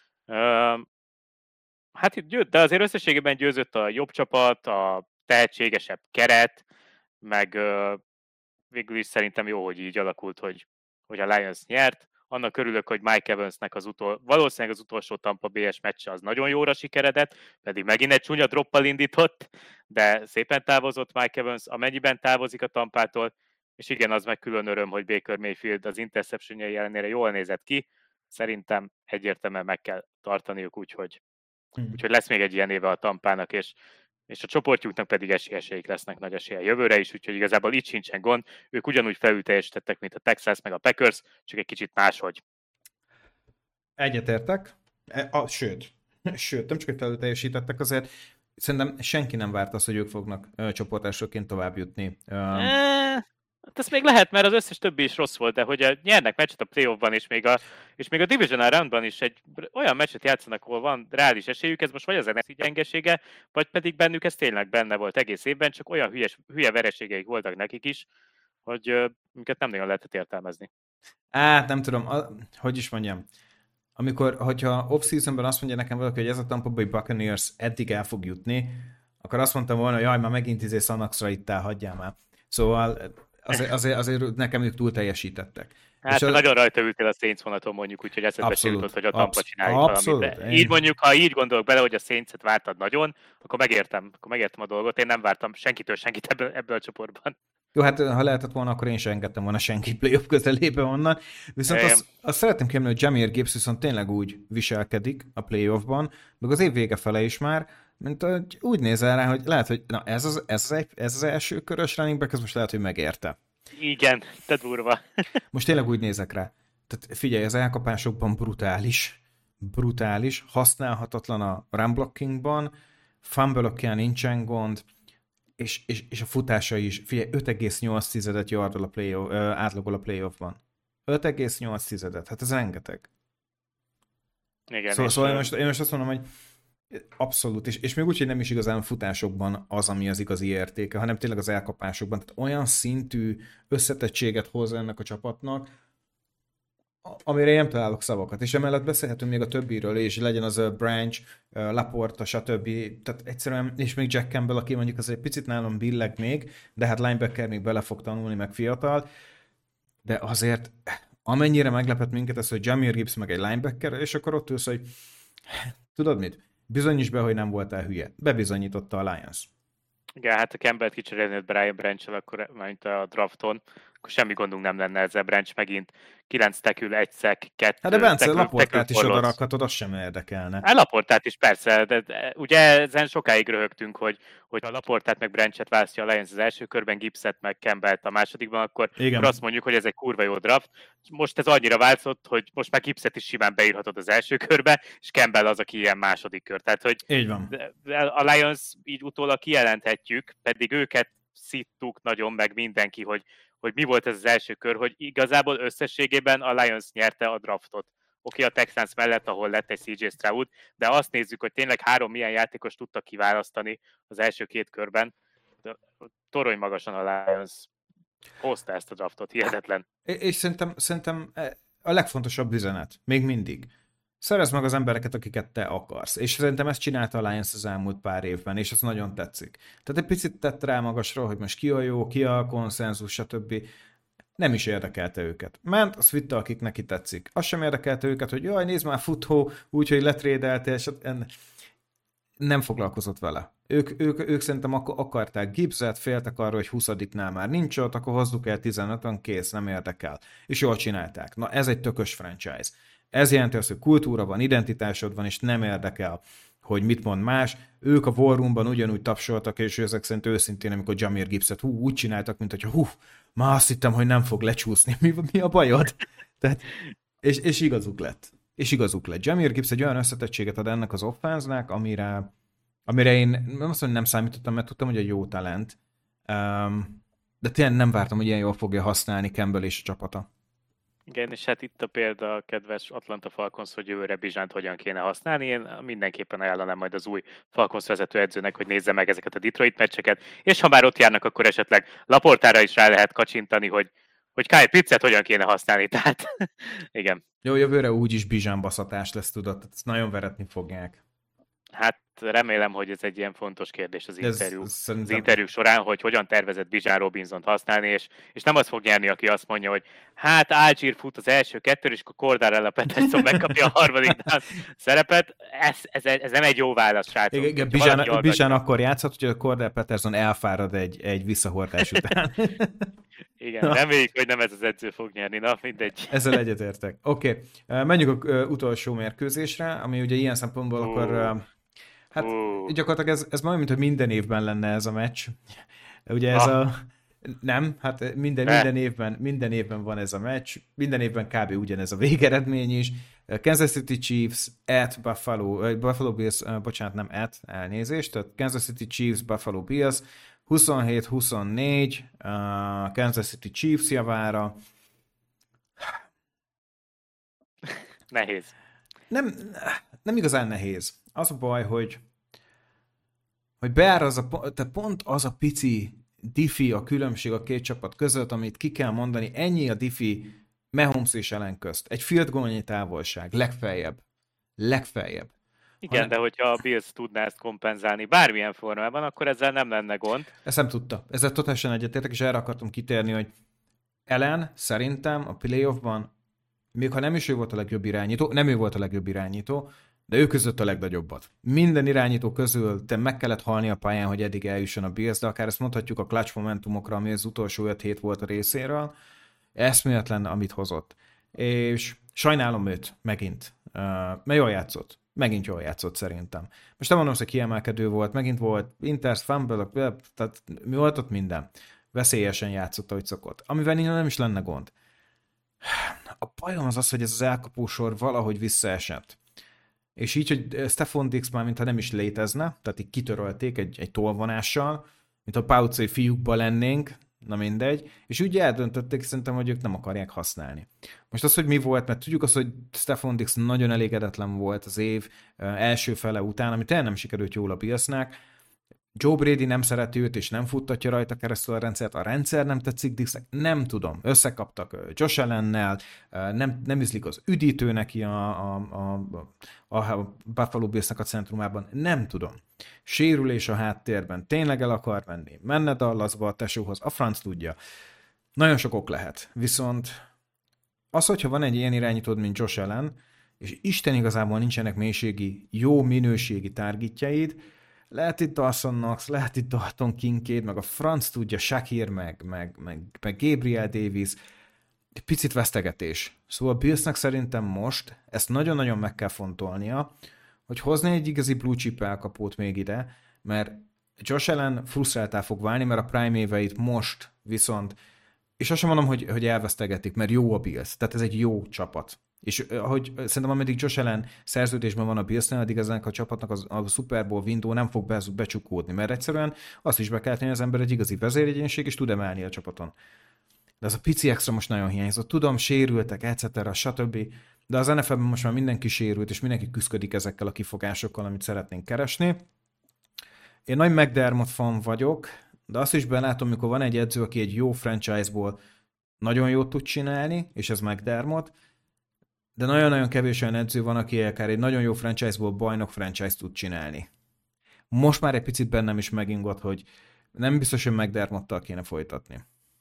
Hát itt győtt, de azért összességében győzött a jobb csapat, a tehetségesebb keret, meg végül is szerintem jó, hogy így alakult, hogy, hogy a Lions nyert. Annak örülök, hogy Mike Evansnek az utol, valószínűleg az utolsó Tampa bé es meccse az nagyon jóra sikeredett, pedig megint egy csúnya droppal indított, de szépen távozott Mike Evans, amennyiben távozik a Tampától, és igen, az meg külön öröm, hogy Baker Mayfield az interceptionjei ellenére jól nézett ki, szerintem egyértelműen meg kell tartaniuk, úgyhogy, hmm. úgyhogy lesz még egy ilyen éve a Tampának, és és a csoportjuknak pedig esélyeseik lesznek nagy esélye jövőre is, úgyhogy igazából itt sincsen gond. Ők ugyanúgy felülteljesítettek, mint a Texas meg a Packers, csak egy kicsit máshogy. Egyetértek. E, a, sőt, sőt, nem csak hogy felülteljesítettek, azért szerintem senki nem várt azt, hogy ők fognak uh, csoportásokként tovább jutni. Um, e- Hát ez még lehet, mert az összes többi is rossz volt, de hogy a, nyernek meccset a playoffban, és még a, és még a divisional roundban is egy olyan meccset játszanak, ahol van reális esélyük, ez most vagy az en ef cé gyengesége, vagy pedig bennük ez tényleg benne volt egész évben, csak olyan hülyes, hülye vereségeik voltak nekik is, hogy uh, minket nem nagyon lehetett értelmezni. Hát nem tudom, a, hogy is mondjam. Amikor, hogyha off-seasonben azt mondja nekem valaki, hogy ez a Tampa Bay Buccaneers eddig el fog jutni, akkor azt mondtam volna, hogy jaj, már megint izé Szanaxra ittál, hagyjál már. Szóval azért, azért, azért nekem ők túl teljesítettek. Hát az... nagyon rajta ültél a Saints vonaton mondjuk, úgyhogy eszedbe se jutott, hogy a Tampa csináljuk valamit. Én... Így mondjuk, ha így gondolok bele, hogy a Saints-et vártad nagyon, akkor megértem, akkor megértem a dolgot. Én nem vártam senkitől senkit ebből, ebből a csoportban. Jó, hát ha lehetett volna, akkor én sem engedtem volna senki playoff közelébe onnan. Viszont azt, azt szeretném kiemelni, hogy Jahmyr Gibbs viszont tényleg úgy viselkedik a playoffban, meg az év vége fele is már, mint hogy úgy nézel rá, hogy lehet, hogy na ez az, ez az, ez az első körös running back, ez most lehet, hogy megérte. Igen, te durva. Most tényleg úgy nézek rá. Tehát figyelj, az elkapásokban brutális. Brutális. Használhatatlan a run blockingban, fumble-okján nincsen gond, és, és, és a futása is. Figyelj, öt egész nyolc tizedet yardol a playoff, átlagol a playoffban. öt egész nyolc tizedet. Hát ez rengeteg. Igen, szóval szóval én, most, én most azt mondom, hogy abszolút, és, és még úgy, hogy nem is igazán futásokban az, ami az igazi értéke, hanem tényleg az elkapásokban. Tehát olyan szintű összetettséget hoz ennek a csapatnak, amire én nem találok szavakat. És emellett beszélhetünk még a többiről, és legyen az a Branch, Laporta, stb. Tehát egyszerűen, és még Jack Campbell, aki mondjuk az egy picit nálam billeg még, de hát linebacker még bele fog tanulni, meg fiatal, de azért amennyire meglepett minket ez, hogy Jahmyr Gibbs meg egy linebacker, és akkor ott ülsz, hogy tudod mit? Bizonyíts be, hogy nem voltál hülye. Bebizonyította a Lions. Igen, hát a Campbell-t kicserélnéd Brian Branch-el, akkor, mint a drafton, akkor semmi gondunk nem lenne ezzel. Branch megint kilenc tackle, egy sack, kettő. Hát de Bence, Laportát is oda rakhatod, az sem érdekelne. Hát Laportát is persze, de, de ugye ezen sokáig röhögtünk, hogy, hogy ha Laportát meg Branchet választja a Lions az első körben, Gibbset meg Campbellt a másodikban, akkor, akkor azt mondjuk, hogy ez egy kurva jó draft. Most ez annyira változott, hogy most már Gibbset is simán beírhatod az első körbe, és Campbell az, aki ilyen második kör. Tehát, hogy így van. A Lions így utólag kijelenthetjük, pedig őket szittuk nagyon meg mindenki, hogy hogy mi volt ez az első kör, hogy igazából összességében a Lions nyerte a draftot. Oké, okay, a Texans mellett, ahol lett egy cé jé Stroud, de azt nézzük, hogy tényleg három milyen játékos tudtak kiválasztani az első két körben. De torony magasan a Lions hozta ezt a draftot, hihetetlen. És szerintem, szerintem a legfontosabb üzenet, még mindig. Szerezd meg az embereket, akiket te akarsz. És szerintem ezt csinálta a Lions az elmúlt pár évben, és ez nagyon tetszik. Tehát egy picit tett rá magasra, hogy most ki a jó, ki a konszenzus, stb. Nem is érdekelte őket. Ment, azt vitte, akik neki tetszik. Az sem érdekelte őket, hogy jaj, nézd már, futhó, úgyhogy letrédelte, és nem foglalkozott vele. Ők, ők, ők szerintem ak- akarták Gibbset, féltek arra, hogy huszadiknál már nincs ott, akkor hozzuk el tizenötön, kész, nem érdekel. És jól csinálták. Na, ez egy tökös franchise. Ez jelenti azt, hogy kultúra van, identitásod van, és nem érdekel, hogy mit mond más. Ők a War Roomban ugyanúgy tapsoltak, és ezek szerint őszintén, amikor Jahmyr Gibbset hú, úgy csináltak, mint hogyha hú, már azt hittem, hogy nem fog lecsúszni. Mi, mi a bajod? Tehát, és, és igazuk lett. És igazuk lett. Jahmyr Gibbs egy olyan összetettséget ad ennek az offense-nek, amire, amire én nem azt mondom, nem számítottam, mert tudtam, hogy egy jó talent. Um, de tényleg nem vártam, hogy ilyen jól fogja használni Campbell és a csapata. Igen, és hát itt a példa a kedves Atlanta Falcons, hogy jövőre Bizsánt hogyan kéne használni. Én mindenképpen ajánlanám majd az új Falcons vezetőedzőnek, hogy nézze meg ezeket a Detroit meccseket, és ha már ott járnak, akkor esetleg Laportára is rá lehet kacsintani, hogy, hogy Kyle Pitts-et hogyan kéne használni. Tehát igen. Jó, jövőre úgyis Bizsán baszatás lesz, tudod, ezt nagyon veretni fogják. Hát remélem, hogy ez egy ilyen fontos kérdés az, Ez, interjú, ez az szerintem... interjúk során, hogy hogyan tervezett Bijan Robinsont használni, és, és nem az fog nyerni, aki azt mondja, hogy hát Algier fut az első kettő, és akkor Cordarella Patterson megkapja a harmadik szerepet. Ez, ez, ez nem egy jó válasz, srácok. Igen, Bizsán, Bizsán akkor játszhat, hogy a Cordell Patterson elfárad egy, egy visszahordás után. Igen, reméljük, hogy nem ez az edző fog nyerni, na mindegy. Ezzel egyetértek. Oké, okay. Menjünk a utolsó mérkőzésre, ami ugye ilyen szempontból uh. akkor... Hát uh. gyakorlatilag ez, ez majd, mint hogy minden évben lenne ez a meccs. Ugye ez ah. a... Nem, hát minden, minden, évben, minden évben van ez a meccs, minden évben kb. Ugyanez a végeredmény is. Kansas City Chiefs at Buffalo, Buffalo Bills, bocsánat, nem at, elnézést, tehát Kansas City Chiefs, Buffalo Bills, huszonhét huszonnégy, uh, Kansas City Chiefs javára. Nehéz. Nem, nem igazán nehéz. Az a baj, hogy hogy beáll az a, tehát pont az a pici diffi a különbség a két csapat között, amit ki kell mondani, ennyi a diffi Mahomes és Allen közt. Egy field goalnyi távolság, legfeljebb. Legfeljebb. Igen, hanem... de hogyha a Bills tudná ezt kompenzálni bármilyen formában, akkor ezzel nem lenne gond. Ezt nem tudta. Ezzel totálisan egyetértek, és erre akartam kitérni, hogy Allen szerintem a playoffban, még ha nem is ő volt a legjobb irányító, nem ő volt a legjobb irányító, de ő között a legnagyobbat. Minden irányító közül te meg kellett halni a pályán, hogy eddig eljusson a Bills, de akár ezt mondhatjuk a clutch momentumokra, ami az utolsó öt hét volt a részéről, eszméletlen, amit hozott. És sajnálom őt megint, mert jól játszott. Megint jól játszott szerintem. Most nem mondom, hogy kiemelkedő volt, megint volt Inters, Fumble, tehát mi volt ott minden. Veszélyesen játszott, ahogy szokott. Amivel nem is lenne gond. A bajom az az, hogy ez az elkapósor valahogy visszaesett. És így, hogy Stefon Diggs már mintha nem is létezne, tehát így kitörölték egy, egy tolvonással, mint a Paucai fiúkba lennénk, na mindegy, és úgy eldöntötték szerintem, hogy ők nem akarják használni. Most az, hogy mi volt, mert tudjuk azt, hogy Stefon Diggs nagyon elégedetlen volt az év első fele után, ami tényleg nem sikerült jól a Billsnek. Joe Brady nem szereti őt, és nem futtatja rajta keresztül a rendszert, a rendszer nem tetszik Diggsnek, nem tudom. Összekaptak Josh Allennel, nem, nem üzlik az üdítő neki a, a, a, a Buffalo Billsnek a centrumában, nem tudom. Sérülés a háttérben, tényleg el akar menni, menne Dallasba a tesóhoz, a franc tudja. Nagyon sok ok lehet, viszont az, hogyha van egy ilyen irányítód, mint Josh Allen, és Isten igazából nincsenek mélységi, jó minőségi targetjaid, lehet itt Dawson Knox, lehet itt Dalton Kincaid, meg a franc tudja, Shakir, meg, meg, meg, meg Gabriel Davis, egy picit vesztegetés. Szóval Billsnek szerintem most ezt nagyon-nagyon meg kell fontolnia, hogy hozni egy igazi blue chip elkapót még ide, mert Josh Allen frusztráltá fog válni, mert a prime éveit most viszont, és azt sem mondom, hogy, hogy elvesztegetik, mert jó a Bills, tehát ez egy jó csapat. És ahogy szerintem ameddig Josh Allen szerződésben van a Billsnél, addig ennek a csapatnak az, a Super Bowl window nem fog be, becsukódni, mert egyszerűen azt is be kell tenni, az ember egy igazi vezéregyénység, és tud emelni a csapaton. De az a pici extra most nagyon hiányzott. Tudom, sérültek, et cetera, stb. De az en ef el-ben most már mindenki sérült, és mindenki küszködik ezekkel a kifogásokkal, amit szeretnénk keresni. Én nagy McDermott fan vagyok, de azt is belátom, mikor van egy edző, aki egy jó franchise-ból nagyon jót tud csinálni, és ez McDermott, de nagyon-nagyon kevés olyan edző van, aki akár egy nagyon jó franchise-ból bajnok franchise tud csinálni. Most már egy picit bennem is megingott, hogy nem biztos, hogy McDermottal kéne folytatni.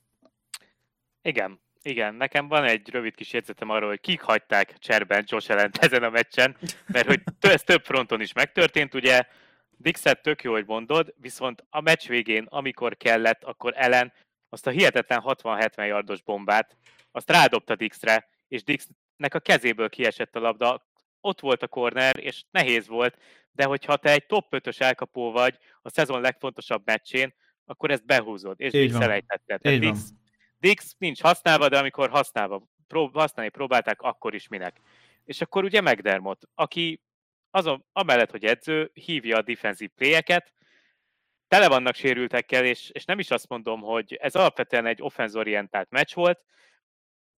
Igen, igen. Nekem van egy rövid kis jegyzetem arról, hogy kik hagyták cserben Josh Allent ezen a meccsen, mert hogy ez több fronton is megtörtént, ugye Dixet tök jó, hogy mondod, viszont a meccs végén, amikor kellett, akkor Allen azt a hihetetlen hatvan-hetven yardos bombát, azt rádobta Dixre, és Dixnek a kezéből kiesett a labda, ott volt a corner, és nehéz volt, de hogyha te egy top ötös elkapó vagy a szezon legfontosabb meccsén, akkor ezt behúzod, és Dix elejtetted. Dix, Dix nincs használva, de amikor használva, prób- használni próbálták, akkor is minek. És akkor ugye McDermott, aki azon, amellett, hogy edző, hívja a defensív playeket, tele vannak sérültekkel, és, és nem is azt mondom, hogy ez alapvetően egy offenzorientált meccs volt,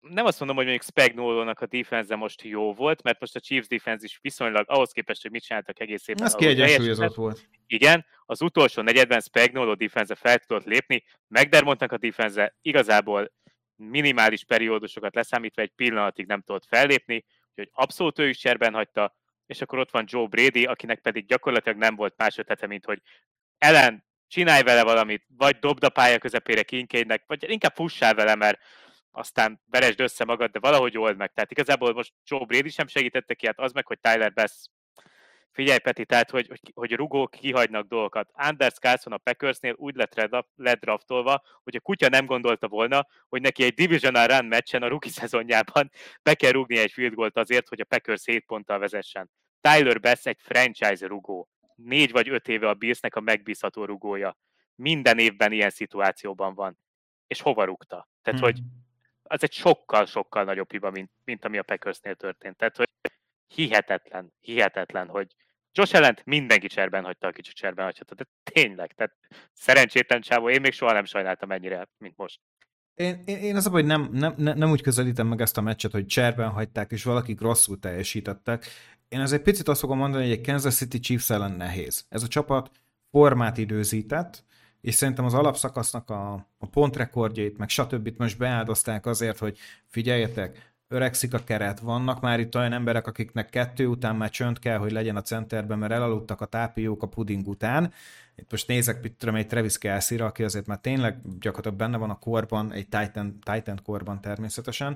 nem azt mondom, hogy mondjuk Spagnuolo-nak a defense most jó volt, mert most a Chiefs defense is viszonylag ahhoz képest, hogy mit csináltak egész évben. Ez kiegyensúlyozott volt. Igen, az utolsó negyedben Spagnuolo defense fel tudott lépni, McDermottnak a defense igazából minimális periódusokat leszámítva egy pillanatig nem tudott fellépni, úgyhogy abszolút ő is cserben hagyta, és akkor ott van Joe Brady, akinek pedig gyakorlatilag nem volt más ötlete, mint hogy Ellen, csinálj vele valamit, vagy dobd a pálya közepére Kincaidnek, vagy inkább fussál vele, mert aztán veresd össze magad, de valahogy old meg. Tehát igazából most Joe Brady sem segítette ki, hát az meg, hogy Tyler Bass. Figyelj, Peti, tehát, hogy, hogy, hogy rugók kihagynak dolgokat. Anders Carlson a Packersnél úgy lett ledraftolva, hogy a kutya nem gondolta volna, hogy neki egy divisional run meccsen a rookie szezonjában be kell rúgni egy field goalt azért, hogy a Packers hét ponttal vezessen. Tyler Bass egy franchise rugó. Négy vagy öt éve a Billsnek a megbízható rugója. Minden évben ilyen szituációban van. És hova rúgta? Tehát, hmm. hogy az egy sokkal-sokkal nagyobb hiba, mint, mint ami a Packersnél történt. Tehát, hogy hihetetlen, hihetetlen, hogy Josh Allent mindenki cserben hagyta, aki csak cserben hagyta. De tényleg, tehát szerencsétlen csávó, én még soha nem sajnáltam ennyire, mint most. Én, én, én az, hogy nem, nem, nem úgy közelítem meg ezt a meccset, hogy cserben hagyták, és valakik rosszul teljesítettek. Én azért picit azt fogom mondani, hogy egy Kansas City Chiefs ellen nehéz. Ez a csapat formát időzített, és szerintem az alapszakasznak a, a pontrekordjait, meg stb. Most beáldozták azért, hogy figyeljetek, öregszik a keret, vannak már itt olyan emberek, akiknek kettő után már csönd kell, hogy legyen a centerben, mert elaludtak a tápiók a puding után. Itt most nézek, mit tudom, egy Travis Kelce-ra, aki azért már tényleg gyakorlatilag benne van a korban, egy Titan, Titan korban természetesen,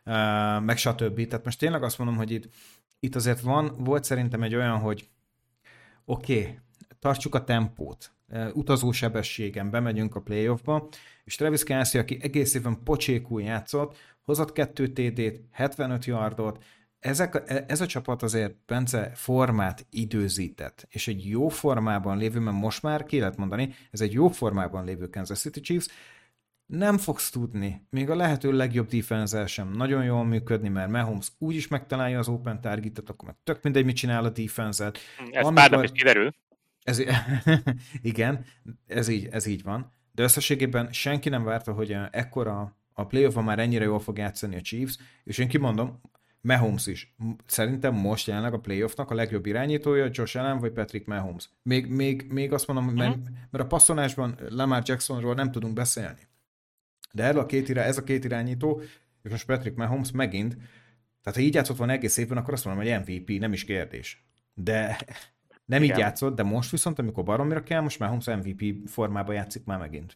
uh, meg stb. Tehát most tényleg azt mondom, hogy itt, itt azért van, volt szerintem egy olyan, hogy oké, okay, tartsuk a tempót, utazósebességen bemegyünk a playoffba, és Travis Kelce, aki egész évben pocsékul játszott, hozott kettő té dét, hetvenöt yardot, ezek, ez a csapat azért, Bence, formát időzített, és egy jó formában lévő, mert most már ki lehet mondani, ez egy jó formában lévő Kansas City Chiefs, nem fogsz tudni, még a lehető legjobb defense sem nagyon jól működni, mert Mahomes úgyis megtalálja az open targetet, akkor meg tök mindegy, mit csinál a defense-et. Ez Amikor... pár nap is kiderül. Ez, igen, ez így, ez így van. De összességében senki nem várta, hogy ekkora a playoffban már ennyire jól fog játszani a Chiefs, és én kimondom, Mahomes is. Szerintem most jelenleg a playoffnak a legjobb irányítója Josh Allen vagy Patrick Mahomes. Még, még, még azt mondom, mert, mert a passzolásban Lamar Jacksonról nem tudunk beszélni. De erről a két irány, ez a két irányító, és most Patrick Mahomes megint, tehát ha így játszott volna egész évben, akkor azt mondom, hogy em vé pé, nem is kérdés. De nem Igen. így játszott, de most viszont, amikor baromira kell, most Mahomes em vé pé formában játszik már megint.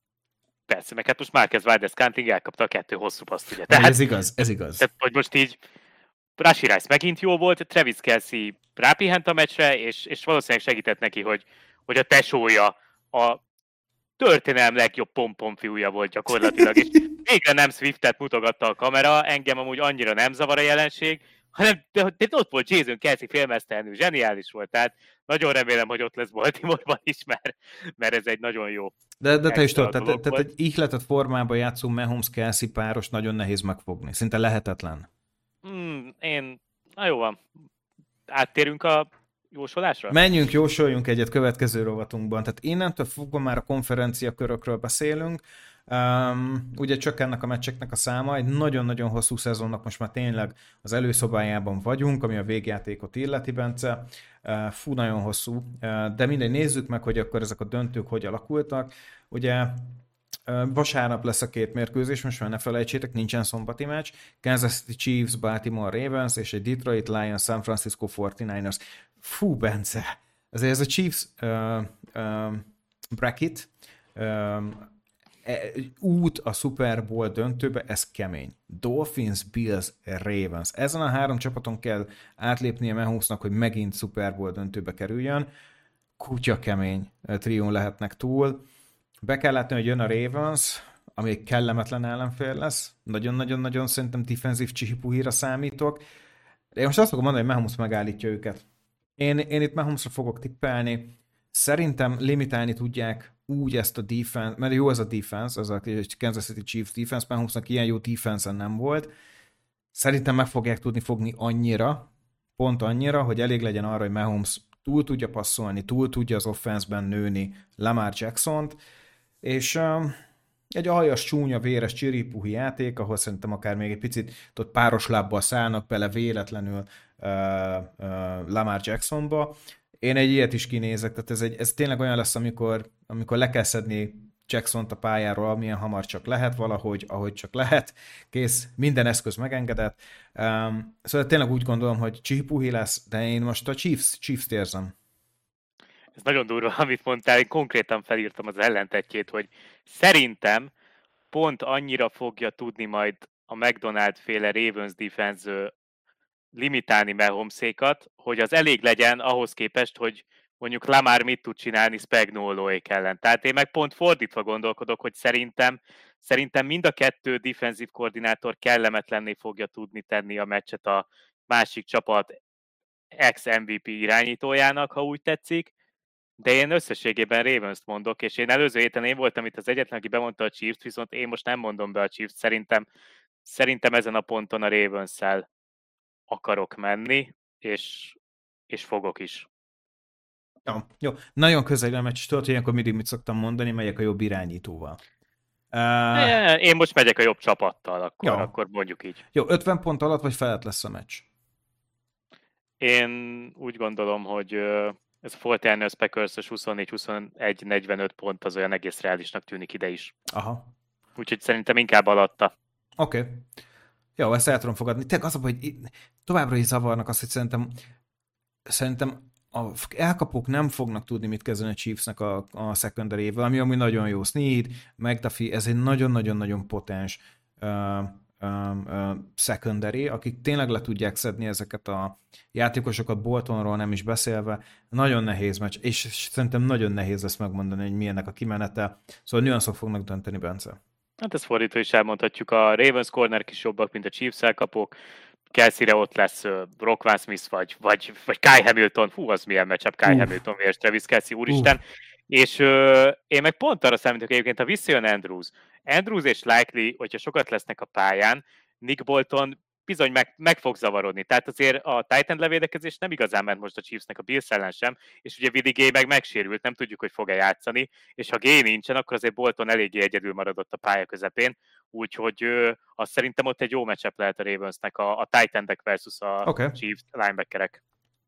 Persze, meg hát most Marquez Valdes-Scantling elkapta a kettő hosszú paszt, ugye. Tehát, ez igaz, ez igaz. Tehát, hogy most így Rashee Rice megint jó volt, Travis Kelce rápihent a meccsre, és, és valószínűleg segített neki, hogy, hogy a tesója a történelem legjobb pompom fiúja volt gyakorlatilag, és végre nem Swiftet mutogatta a kamera, engem amúgy annyira nem zavar a jelenség, hanem de, de ott volt Jason Kelce félmeztelenül, zseniális volt, tehát nagyon remélem, hogy ott lesz Baltimore-ban is, mert, mert ez egy nagyon jó. De, de te is tudod, tehát, tehát egy ihletett formában játszó Mahomes-Kelce páros nagyon nehéz megfogni, szinte lehetetlen. Hmm, én, na jó van, áttérünk a jósolásra? Menjünk, jósoljunk egyet következő rovatunkban. Tehát innentől fogva már a konferencia körökről beszélünk. Um, ugye csökkennek a meccseknek a száma, egy nagyon-nagyon hosszú szezonnak most már tényleg az előszobájában vagyunk, ami a végjátékot illeti, Bence. Uh, fú, nagyon hosszú. Uh, de mindegy, nézzük meg, hogy akkor ezek a döntők hogy alakultak. Ugye uh, vasárnap lesz a két mérkőzés, most már ne felejtsétek, nincsen szombati meccs. Kansas City Chiefs, Baltimore Ravens és egy Detroit Lions, San Francisco negyvenkilencesek. Fú, Bence, azért ez a Chiefs uh, uh, bracket uh, út a Super Bowl döntőbe, ez kemény. Dolphins, Bills, Ravens. Ezen a három csapaton kell átlépnie Mahomesnak, hogy megint Super Bowl döntőbe kerüljön. Kutya kemény trión lehetnek túl. Be kell látni, hogy jön a Ravens, ami egy kellemetlen ellenfél lesz. Nagyon-nagyon-nagyon szerintem defenzív csihipuhíra számítok. De én most azt fogom mondani, hogy Mahomes megállítja őket. Én, én itt Mahomesra fogok tippelni. Szerintem limitálni tudják úgy ezt a defense, mert jó ez a defense, az a Kansas City Chiefs defense, Mahomesnak ilyen jó defense nem volt. Szerintem meg fogják tudni fogni annyira, pont annyira, hogy elég legyen arra, hogy Mahomes túl tudja passzolni, túl tudja az offense-ben nőni Lamar Jackson-t, és, egy aljas, csúnya, véres, csiripuhi játék, ahol szerintem akár még egy picit ott páros lábbal szállnak bele véletlenül uh, uh, Lamar Jacksonba. Én egy ilyet is kinézek, tehát ez, egy, ez tényleg olyan lesz, amikor, amikor le kell szedni Jackson-t a pályáról, amilyen hamar csak lehet valahogy, ahogy csak lehet, kész, minden eszköz megengedett. Um, szóval tényleg úgy gondolom, hogy csipuhi lesz, de én most a Chiefs, Chiefs-t érzem. Ez nagyon durva, amit mondtál, én konkrétan felírtam az ellentetjét, hogy szerintem pont annyira fogja tudni majd a McDonald féle Ravens defense limitálni Mahomesékat, hogy az elég legyen ahhoz képest, hogy mondjuk Lamar mit tud csinálni Spagnuoloék ellen. Tehát én meg pont fordítva gondolkodok, hogy szerintem, szerintem mind a kettő defensív koordinátor kellemetlenné fogja tudni tenni a meccset a másik csapat ex-em vé pé irányítójának, ha úgy tetszik, de én összességében Ravens-t mondok, és én előző héten én voltam itt az egyetlen, aki bemondta a Chiefs, viszont én most nem mondom be a Chiefs, szerintem, szerintem ezen a ponton a Ravens-szel akarok menni, és, és fogok is. Jó, jó. Nagyon közel a meccs, tudod, hogy ilyenkor mindig mit szoktam mondani, megyek a jobb irányítóval. Uh... Én most megyek a jobb csapattal, akkor, akkor mondjuk így. Jó, ötven pont alatt vagy felett lesz a meccs? Én úgy gondolom, hogy ez a negyvenkilenc Packers-ös huszonnégy huszonegy negyvenöt pont az olyan egész reálisnak tűnik ide is. Aha. Úgyhogy szerintem inkább alatta. Oké. Okay. Jó, ezt el tudom fogadni. Tényleg az a, hogy továbbra is zavarnak azt, hogy szerintem szerintem a elkapók nem fognak tudni mit kezdeni a Chiefsnek a, a secondary-vel, ami amúgy nagyon jó. Snead, McDuffie, ez egy nagyon-nagyon-nagyon potens uh, uh, uh, secondary, akik tényleg le tudják szedni ezeket a játékosokat, Boltonról nem is beszélve. Nagyon nehéz meccs, és szerintem nagyon nehéz lesz megmondani, hogy milyennek a kimenete. Szóval nüanszok fognak dönteni, Bence. Hát ezt fordítva is elmondhatjuk, a Ravens cornerek is jobbak, mint a Chiefs elkapók. Kelsey-re ott lesz uh, Roquan Smith, vagy, vagy, vagy Kai Hamilton, hú, az milyen matchup, Kai uh. Hamilton és Travis Kelsey, úristen. Uh. És uh, én meg pont arra számítok egyébként, ha visszajön Andrews. Andrews és Likely, hogyha sokat lesznek a pályán, Nick Bolton bizony meg, meg fog zavarodni. Tehát azért a Titan levédekezés nem igazán ment most a Chiefsnek a Bills ellen sem, és ugye Willie Gay meg megsérült, nem tudjuk, hogy fog-e játszani, és ha Gay nincsen, akkor azért Bolton eléggé egyedül maradott a pálya közepén, úgyhogy ö, azt szerintem ott egy jó matchup lehet a Ravensnek, a, a Titan-ek versus a okay. Chiefs linebackerek.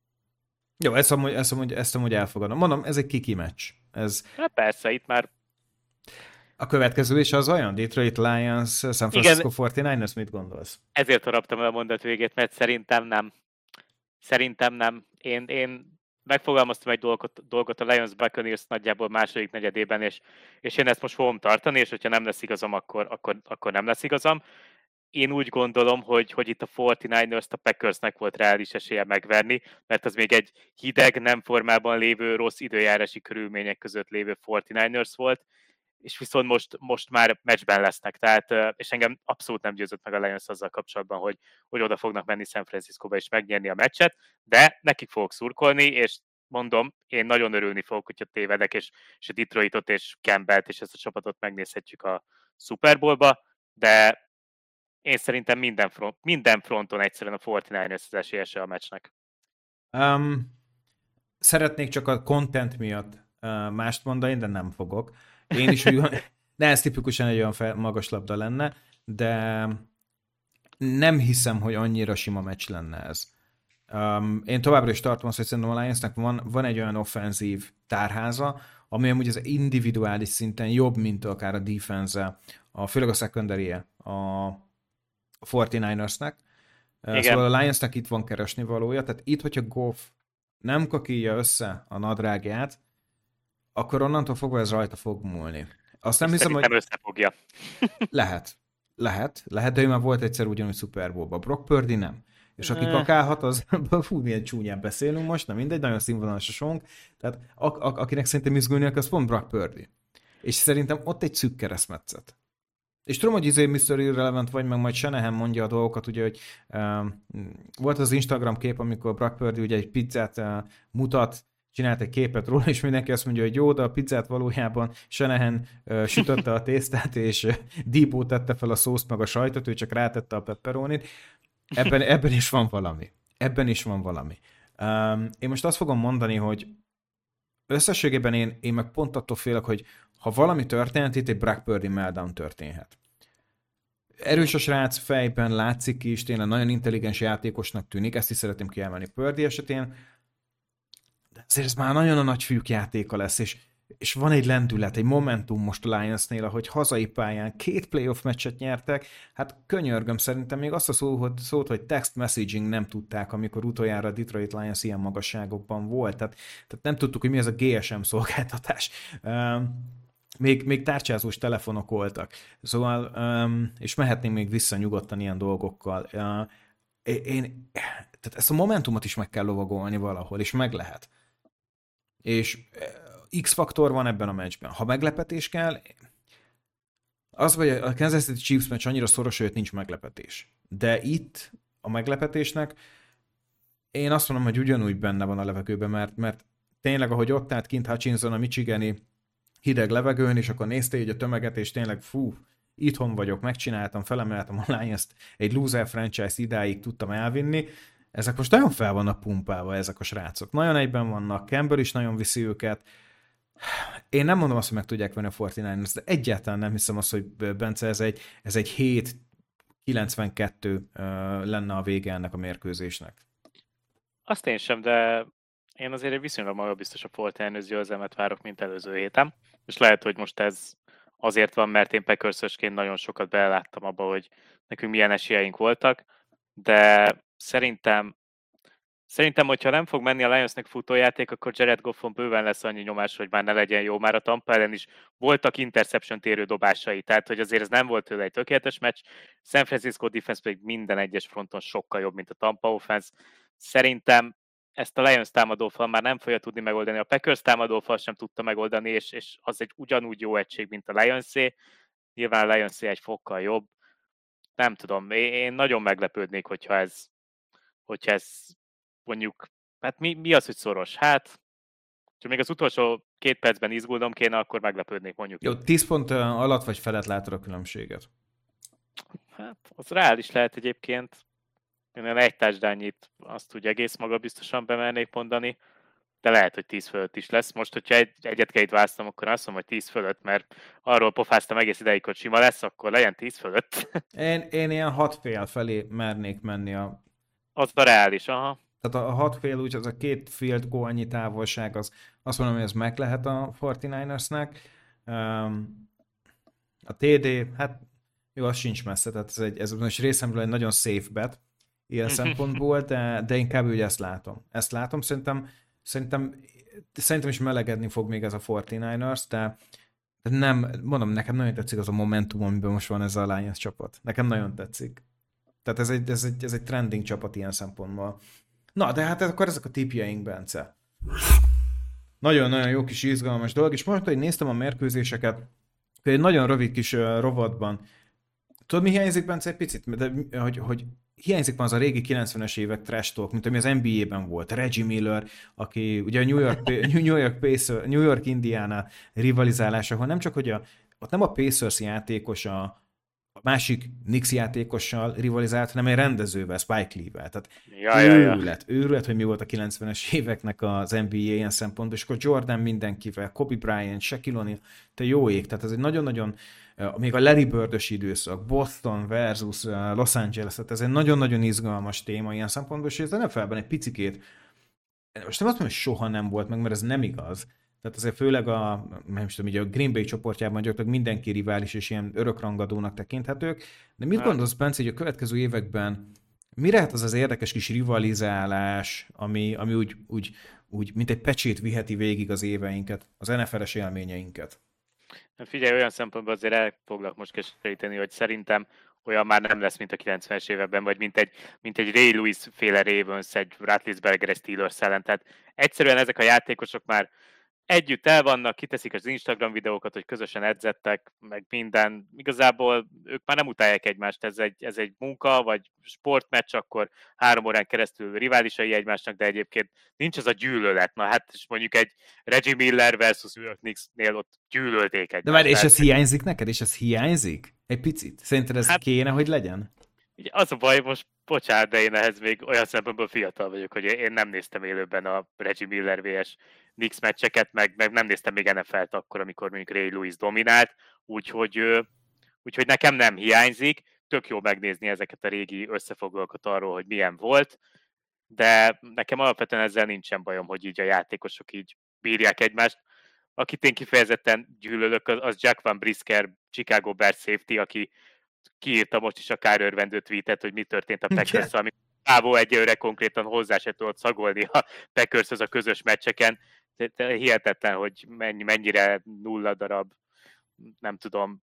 Jó, ezt amúgy, ezt, amúgy, ezt amúgy elfogadom. Mondom, ez egy kiki meccs. Ez... Hát persze, itt már a következő is az olyan, Detroit Lions, San Francisco negyvenkilencesek, mit gondolsz? Ezért haraptam el a mondat végét, mert szerintem nem. Szerintem nem. Én, én megfogalmaztam egy dolgot, dolgot a Lions Buccaneers nagyjából második negyedében, és, és én ezt most fogom tartani, és hogyha nem lesz igazam, akkor, akkor, akkor nem lesz igazam. Én úgy gondolom, hogy, hogy itt a negyvenkilencest a Packersnek volt reális esélye megverni, mert az még egy hideg, nem formában lévő, rossz időjárási körülmények között lévő negyvenkilences volt, és viszont most, most már meccsben lesznek, tehát, és engem abszolút nem győzött meg a Lions azzal kapcsolatban, hogy, hogy oda fognak menni San Franciscóba és megnyerni a meccset, de nekik fogok szurkolni, és mondom, én nagyon örülni fogok, hogyha tévedek, és, és a Detroitot és Campbellt és ezt a csapatot megnézhetjük a Super Bowlba, de én szerintem minden, front, minden fronton egyszerűen a negyvenkilences az esélyese a meccsnek. Um, szeretnék csak a content miatt uh, mást mondani, de nem fogok. Én is úgy, de ez tipikusan egy olyan fel, magas labda lenne, de nem hiszem, hogy annyira sima meccs lenne ez. Um, én továbbra is tartom azt, hogy szerintem a Lionsnek van, van egy olyan offenzív tárháza, ami amúgy az individuális szinten jobb, mint akár a defense, a, főleg a secondary-e a negyvenkilencesnek. Igen. Szóval a Lionsnek itt van keresni valója, tehát itt, hogyha Goff nem kakilja össze a nadrágját, akkor onnantól fogva ez rajta fog múlni. Azt nem hiszem, hogy... összefogja. Lehet. Lehet. Lehet, de ő már volt egyszer ugyanúgy Super Bowl-ban. Brock Purdy nem. És aki kakálhat, az... Fú, milyen csúnyán beszélünk most, nem mindegy, nagyon színvonalas a sonk. Tehát a- a- akinek szerintem izgulniak, az pont Brock Purdy. És szerintem ott egy szűk keresztmetszet. És tudom, hogy izé miszter Irrelevant vagy, meg majd Shanahan mondja a dolgokat, ugye, hogy um, volt az Instagram kép, amikor Brock Purdy ugye egy pizzát uh, mutat, csinált egy képet róla, és mindenki azt mondja, hogy jó, de a pizzát valójában Shanahan uh, sütötte a tésztát, és uh, Debo tette fel a szószt, meg a sajtot, ő csak rátette a pepperonit. Ebben, ebben is van valami. Ebben is van valami. Um, én most azt fogom mondani, hogy összességében én, én meg pont attól félek, hogy ha valami történt, itt egy Brock Purdy meltdown történhet. Erős a srác, fejben látszik is, tényleg nagyon intelligens játékosnak tűnik, ezt is szeretném kiemelni Purdy esetén, de azért ez már nagyon a nagy fiúk játéka lesz, és, és van egy lendület, egy momentum most a Lionsnél, ahogy hazai pályán két playoff meccset nyertek, hát könyörgöm, szerintem még azt a szó, hogy, szót, hogy text messaging nem tudták, amikor utoljára a Detroit Lions ilyen magasságokban volt, tehát, tehát nem tudtuk, hogy mi ez a gé es em szolgáltatás. Um, Még, még tárcsázós telefonok voltak. Szóval, um, és mehetnénk még vissza nyugodtan ilyen dolgokkal. Uh, én, tehát ezt a momentumot is meg kell lovagolni valahol, és meg lehet. És X-faktor van ebben a meccsben. Ha meglepetés kell, az vagy a Kansas City Chiefs meccs annyira szoros, hogy nincs meglepetés. De itt a meglepetésnek én azt mondom, hogy ugyanúgy benne van a levegőben, mert, mert tényleg, ahogy ott állt kint Hutchinson a michigani hideg levegőn, és akkor nézte így a tömeget, és tényleg fú, itthon vagyok, megcsináltam, felemeltem a Lions-t, egy loser franchise idáig tudtam elvinni. Ezek most nagyon fel vannak pumpálva, ezek a srácok. Nagyon egyben vannak, Campbell is nagyon viszi őket. Én nem mondom azt, hogy meg tudják venni a negyvenkilencest, de egyáltalán nem hiszem azt, hogy Bence, ez egy, ez egy hét kilencvenkettő lenne a vége ennek a mérkőzésnek. Azt én sem, de én azért egy viszonylag magabiztosabb negyvenkilences győzelmet várok, mint előző héten. És lehet, hogy most ez azért van, mert én Packers-ösként nagyon sokat beláttam abba, hogy nekünk milyen esélyeink voltak, de szerintem Szerintem, hogyha nem fog menni a Lionsnek futójáték, akkor Jared Goffon bőven lesz annyi nyomás, hogy már ne legyen jó. Már a Tampa ellen is voltak interception térő dobásai, tehát hogy azért ez nem volt tőle egy tökéletes meccs. San Francisco defense pedig minden egyes fronton sokkal jobb, mint a Tampa offense. Szerintem ezt a Lions támadófal már nem fogja tudni megoldani. A Packers támadófal sem tudta megoldani, és, és az egy ugyanúgy jó egység, mint a Lionsé. Nyilván a Lionsé egy fokkal jobb. Nem tudom, én nagyon meglepődnék, hogyha ez, hogyha ez mondjuk, hát mi, mi az, hogy szoros? Hát, ha még az utolsó két percben izgulnom kéne, akkor meglepődnék mondjuk. Jó, tíz pont alatt vagy felett látod a különbséget? Hát, az reális lehet egyébként. Én egy touchdownyit azt úgy egész magabiztosan bemernék mondani, de lehet, hogy tíz fölött is lesz. Most, hogyha egy, egyet kell itt választom, akkor azt mondom, hogy tíz fölött, mert arról pofáztam egész ideig, hogy sima lesz, akkor legyen tíz fölött. Én, én ilyen hat fél felé mernék menni a... Az a reális, aha. Tehát a hat fél, úgy az a két field goal-nyi távolság, az, azt mondom, hogy ez meg lehet a negyvenkilencersnek. Um, a té dé, hát jó, az sincs messze, tehát ez, egy, ez most részemről egy nagyon safe bet ilyen szempontból, de, de inkább ugye ezt látom. Ezt látom, szerintem, szerintem, szerintem is melegedni fog még ez a negyvenkilences, de, de nem, mondom, nekem nagyon tetszik az a momentum, amiben most van ez a Lions csapat. Nekem nagyon tetszik. Tehát ez egy, ez egy, ez egy trending csapat ilyen szempontból. Na, de hát akkor ezek a tippjeink, Bence. Nagyon-nagyon jó kis izgalmas dolog, és most, hogy néztem a mérkőzéseket, egy nagyon rövid kis uh, rovatban. Tudod, mi hiányzik, Bence, egy picit? De, hogy, hogy hiányzik már az a régi kilencvenes évek trash talk, mint ami az en bé á-ben volt. Reggie Miller, aki ugye a New York, New York, Pacer, New York Indiana rivalizálása, ahol nem csak, hogy a, ott nem a Pacers játékos a a másik Knicks játékossal rivalizált, hanem egy rendezővel, Spike Lee-vel. Tehát ja, őrület, ja, ja. őrület, hogy mi volt a kilencvenes éveknek az en bé á ilyen szempontból, és akkor Jordan mindenkivel, Kobe Bryant, Shaquille O'Neal, te jó ég, tehát ez egy nagyon-nagyon, még a Larry Bird-ös időszak, Boston versus Los Angeles, tehát ez egy nagyon-nagyon izgalmas téma ilyen szempontból, és ez en ef el-ben egy picikét, most nem azt mondom, hogy soha nem volt meg, mert ez nem igaz. Tehát azért főleg a, nem is tudom, így a Green Bay csoportjában gyakorlatilag mindenki rivális és ilyen örökrangadónak tekinthetők. De mit gondolsz, Bence, hogy a következő években mi lehet az az érdekes kis rivalizálás, ami, ami úgy, úgy, úgy, mint egy pecsét viheti végig az éveinket, az en ef el-es élményeinket? Figyelj, olyan szempontból azért el foglak most keseríteni, hogy szerintem olyan már nem lesz, mint a kilencvenes években, vagy mint egy, mint egy Ray Lewis féle Ravens, egy Roethlisberger Steelers ellen. Tehát egyszerűen ezek a játékosok már együtt el vannak, kiteszik az Instagram videókat, hogy közösen edzettek, meg minden. Igazából ők már nem utálják egymást, ez egy, ez egy munka, vagy sportmeccs, akkor három órán keresztül riválisai egymásnak, de egyébként nincs az a gyűlölet. Na hát, és mondjuk egy Reggie Miller versus New York Knicksnél ott gyűlölték egymást. De várj, és ez hiányzik neked? És ez hiányzik? Egy picit? Szerinted ez hát, kéne, hogy legyen? Ugye az a baj, most bocsánat, de én ehhez még olyan szempontból fiatal vagyok, hogy én nem néztem élőben a Reggie Miller vs Knicks meccseket, meg, meg nem néztem még en ef el-t akkor, amikor mondjuk Ray Lewis dominált, úgyhogy, úgyhogy nekem nem hiányzik, tök jó megnézni ezeket a régi összefoglalókat arról, hogy milyen volt, de nekem alapvetően ezzel nincsen bajom, hogy így a játékosok így bírják egymást. Akit én kifejezetten gyűlölök, az Jack Van Brisker, Chicago Bears safety, aki kiírta most is a kárőrvendő tweetet, hogy mi történt a packers ami Távó egyelőre konkrétan hozzá se tudott szagolni a packers a közös meccseken. De, de hihetetlen, hogy mennyi, mennyire nulla darab, nem tudom,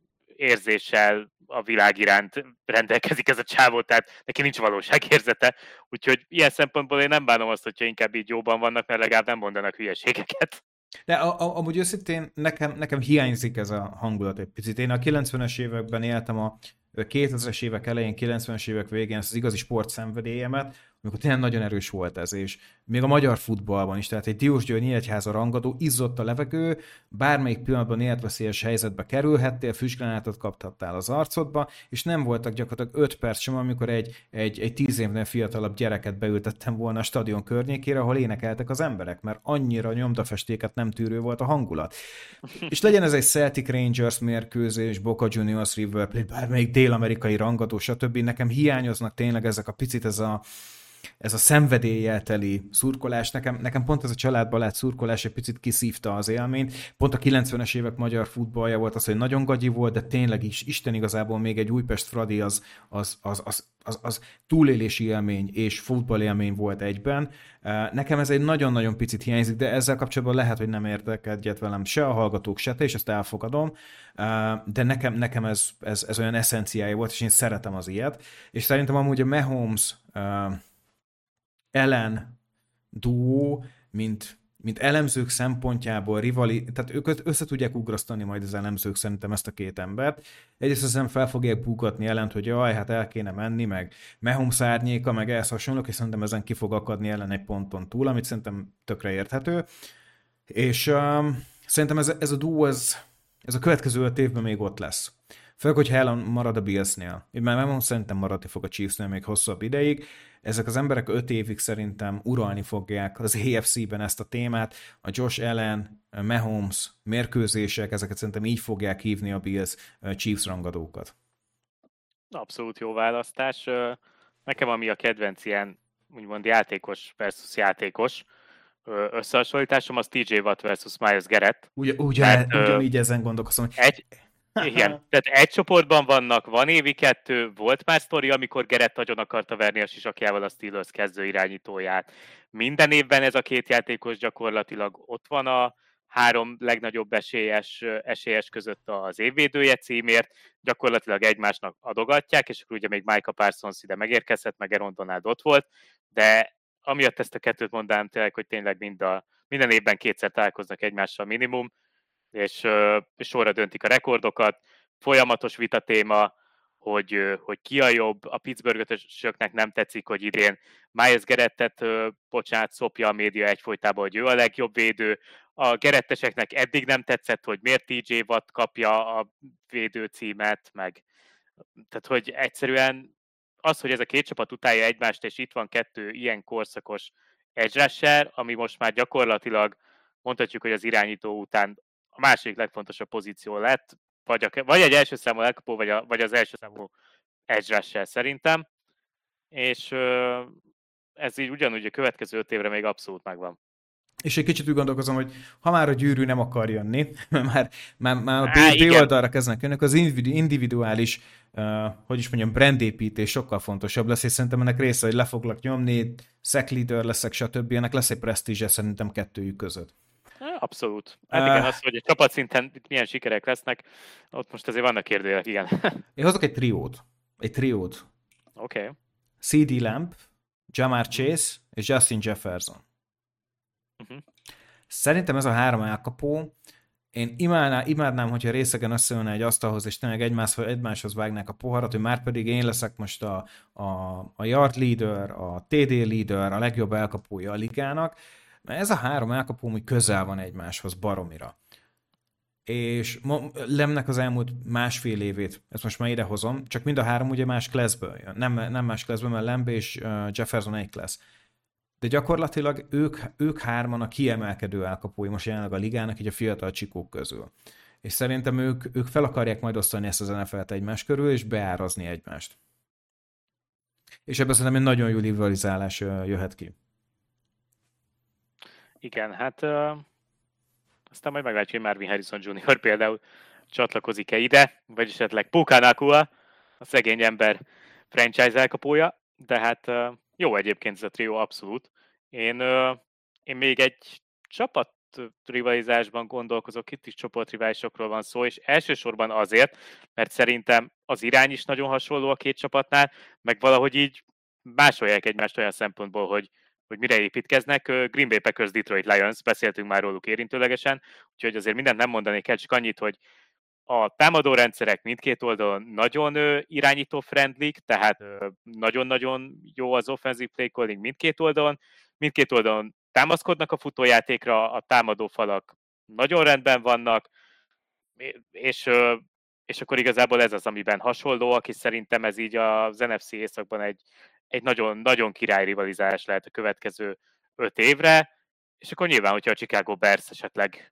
érzéssel a világ iránt rendelkezik ez a csávó, tehát neki nincs valóságérzete. Úgyhogy ilyen szempontból én nem bánom azt, hogyha inkább így jóban vannak, mert legalább nem mondanak hülyeségeket. De a, a, amúgy őszintén nekem, nekem hiányzik ez a hangulat egy picit. Én a kilencvenes években éltem a kétezres évek elején, kilencvenes évek végén ezt az igazi sportszenvedélyemet, amikor tényleg nagyon erős volt ez, és még a magyar futballban is, tehát egy Diósgyőr Nyíregyháza rangadó, izzott a levegő, bármelyik pillanatban életveszélyes helyzetbe kerülhettél, füstgránátot kaphattál az arcodba, és nem voltak gyakorlatilag öt perc sem, amikor egy, egy, egy tíz évnél fiatalabb gyereket beültettem volna a stadion környékére, ahol énekeltek az emberek, mert annyira nyomdafestéket nem tűrő volt a hangulat. És legyen ez egy Celtic Rangers mérkőzés, Boca Juniors River Plate, bármelyik dél-amerikai rangadó, stb. Nekem hiányoznak tényleg ezek a picit, ez a ez a szenvedéllyel teli szurkolás, nekem, nekem pont ez a családbarát szurkolás egy picit kiszívta az élményt. Pont a kilencvenes évek magyar futballja volt az, hogy nagyon gagyi volt, de tényleg is, Isten igazából még egy Újpest Fradi az, az, az, az, az, az túlélési élmény és futballélmény volt egyben. Nekem ez egy nagyon-nagyon picit hiányzik, de ezzel kapcsolatban lehet, hogy nem értek egyet velem se a hallgatók, se te, és ezt elfogadom, de nekem, nekem ez, ez, ez olyan eszenciája volt, és én szeretem az ilyet. És szerintem amúgy a Mahomes Allen duó, mint, mint elemzők szempontjából rivali, tehát ők össze tudják ugrasztani majd az elemzők szerintem ezt a két embert. Egyrészt aztán fel fogják búgatni Allent, hogy jaj, hát el kéne menni, meg Mahomes árnyéka, meg ehhez hasonlók, és szerintem ezen ki fog akadni Allen egy ponton túl, amit szerintem tökre érthető. És um, szerintem ez, ez a duó, ez, ez a következő öt évben még ott lesz. Főleg, hogyha Allen marad a Billsnél. Én már Mahomes szerintem maradni fog a Chiefsnél még hosszabb ideig. Ezek az emberek öt évig szerintem uralni fogják az á ef cé-ben ezt a témát. A Josh Allen, Mahomes mérkőzések, ezeket szerintem így fogják hívni a Bills Chiefs rangadókat. Abszolút jó választás. Nekem ami a kedvenc ilyen, úgymond játékos versus játékos összehasonlításom, az té jé Watt versus Myles Garrett. Ugye, ugye, ugyanígy ezen gondolkozom. Egy, igen, tehát egy csoportban vannak, van évi kettő, volt már sztori, amikor Garrett nagyon akarta verni a sisakjával a Steelers kezdő irányítóját. Minden évben ez a két játékos gyakorlatilag ott van a három legnagyobb esélyes, esélyes között az évvédője címért, gyakorlatilag egymásnak adogatják, és akkor ugye még Micah Parsons ide megérkezett, meg Aaron Donald ott volt, de amiatt ezt a kettőt mondanám tényleg, hogy tényleg mind a, minden évben kétszer találkoznak egymással minimum, és, és sorra döntik a rekordokat. Folyamatos vita téma, hogy, hogy ki a jobb. A Pittsburgh-ösöknek nem tetszik, hogy idén Myles Garrettet, bocsánat, szopja a média egyfolytában, hogy ő a legjobb védő. A Garretteseknek eddig nem tetszett, hogy miért té jé Watt kapja a védő címet, meg tehát, hogy egyszerűen az, hogy ez a két csapat utálja egymást, és itt van kettő ilyen korszakos edge rusher, ami most már gyakorlatilag mondhatjuk, hogy az irányító után a második legfontosabb pozíció lett, vagy, a, vagy egy első számú elkapó, vagy, a, vagy az első számú edge rusher szerintem, és ö, ez így ugyanúgy a következő öt évre még abszolút megvan. És egy kicsit úgy gondolkozom, hogy ha már a gyűrű nem akar jönni, mert már, már, már a B oldalra kezdenek jönnek, az individuális, uh, hogy is mondjam, brandépítés sokkal fontosabb lesz, és szerintem ennek része, hogy le foglak nyomni, sack leader leszek, stb. Ennek lesz egy presztízse szerintem kettőjük között. Abszolút. Hát igen, uh, az, hogy egy csapatszinten milyen sikerek lesznek, ott most azért vannak kérdőjelek, igen. Én hozok egy triót. Egy triót. Oké. Okay. cé dé Lamb, Jamar Chase és Justin Jefferson. Uh-huh. Szerintem ez a három elkapó, én imádná, imádnám, hogyha részegen összejönne egy asztalhoz, és tényleg egymás, egymáshoz vágnák a poharat, hogy már pedig én leszek most a, a, a yard leader, a té dé leader, a legjobb elkapója a ligának, mert ez a három elkapó úgy közel van egymáshoz baromira. és ma, Lemnek az elmúlt másfél évét, ezt most már idehozom, csak mind a három ugye más classből jön. Nem, nem más classből, mert Lembe és uh, Jefferson egy class. De gyakorlatilag ők, ők hárman a kiemelkedő elkapói most jelenleg a ligának, így a fiatal csikók közül. És szerintem ők, ők fel akarják majd osztani ezt az en ef el-t egymás körül, és beárazni egymást. És ebben szerintem egy nagyon jó rivalizálás jöhet ki. Igen, hát uh, aztán majd meglátjuk, hogy Marvin Harrison junior például csatlakozik-e ide, vagy esetleg Puka Nacua, a szegény ember franchise elkapója, de hát uh, jó egyébként ez a trió abszolút. Én, uh, én még egy csapat rivalizásban gondolkozok, itt is csoportriválisokról van szó, és elsősorban azért, mert szerintem az irány is nagyon hasonló a két csapatnál, meg valahogy így másolják egymást olyan szempontból, hogy, hogy mire építkeznek. Green Bay Packers, Detroit Lions, beszéltünk már róluk érintőlegesen, úgyhogy azért mindent nem mondanék el, csak annyit, hogy a támadórendszerek mindkét oldalon nagyon irányító-friendlik, tehát ö, nagyon-nagyon jó az offensive play calling mindkét oldalon, mindkét oldalon támaszkodnak a futójátékra, a támadófalak nagyon rendben vannak, és, és akkor igazából ez az, amiben hasonlóak, és szerintem ez így az en ef cé északban egy, egy nagyon, nagyon király rivalizálás lehet a következő öt évre, és akkor nyilván, hogyha a Chicago Bears esetleg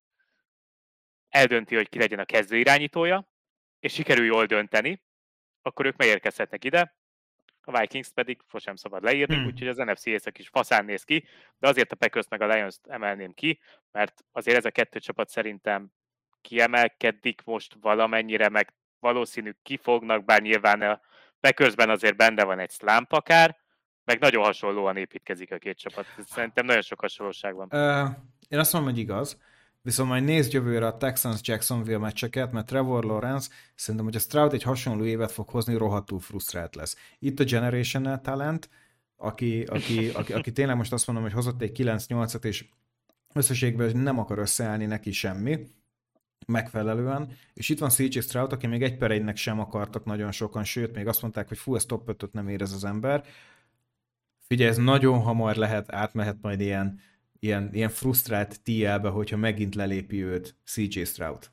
eldönti, hogy ki legyen a kezdő irányítója, és sikerül jól dönteni, akkor ők megérkezhetnek ide, a Vikings pedig sosem szabad leírni, hmm. úgyhogy az en ef cé észak is faszán néz ki, de azért a Packers meg a Lions-t emelném ki, mert azért ez a kettő csapat szerintem kiemelkedik most valamennyire, meg valószínű kifognak, bár nyilván a Packersben azért benne van egy slump akár, meg nagyon hasonlóan építkezik a két csapat. Szerintem nagyon sok hasonlóság van. Uh, én azt mondom, hogy igaz. Viszont majd nézd jövőre a Texans-Jacksonville meccseket, mert Trevor Lawrence szerintem, hogy a Stroud egy hasonló évet fog hozni, rohadtul frusztrált lesz. Itt a generational talent, aki, aki, aki, aki tényleg most azt mondom, hogy hozott egy kilenc nyolcat, és összességben nem akar összeállni neki semmi, megfelelően, és itt van cé jé Stroud, aki még egy per egynek sem akartak nagyon sokan, sőt, még azt mondták, hogy fú, ez top ötöt nem érez az ember. Figyelj, ez nagyon hamar lehet, átmehet majd ilyen Ilyen, ilyen frusztrált té el-be, hogyha megint lelépi őt cé jé Stroud.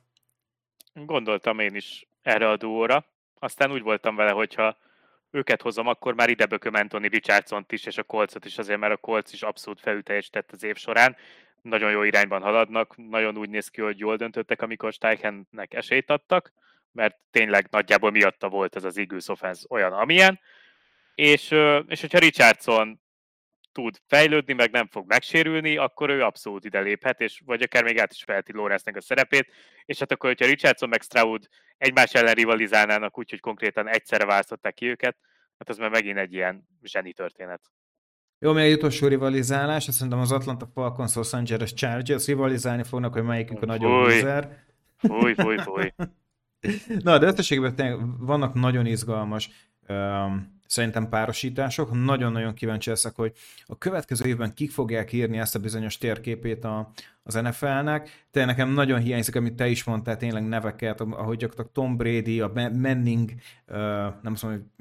Gondoltam én is erre a duóra. Aztán úgy voltam vele, hogyha őket hozom, akkor már ide bököm Anthony Richardsont is, és a Coltsot is azért, mert a Colts is abszolút felülteljesített az év során. Nagyon jó irányban haladnak, nagyon úgy néz ki, hogy jól döntöttek, amikor Steichennek esélyt adtak, mert tényleg nagyjából miatta volt ez az Eagles offense olyan, amilyen. És, és hogyha Richardson tud fejlődni, meg nem fog megsérülni, akkor ő abszolút ide léphet, és vagy akár még át is felti Lawrence-nek a szerepét, és hát akkor, hogyha Richardson meg Stroud egymás ellen rivalizálnának úgy, hogy konkrétan egyszerre választották ki őket, hát az már megint egy ilyen zseni történet. Jó, még egy utolsó rivalizálás, azt mondom az Atlanta Falcons, Los Angeles Chargers rivalizálni fognak, hogy melyikünk a nagyobb loser. Fúj, fúj, fúj. Na, de összességben vannak nagyon izgalmas um, szerintem párosítások. Nagyon-nagyon kíváncsi leszek, hogy a következő évben kik fogják írni ezt a bizonyos térképét a, az en ef el-nek. Te nekem nagyon hiányzik, amit te is mondtál, tényleg neveket, ahogy gyakorlatilag Tom Brady, a Manning, uh, nem azt mondom,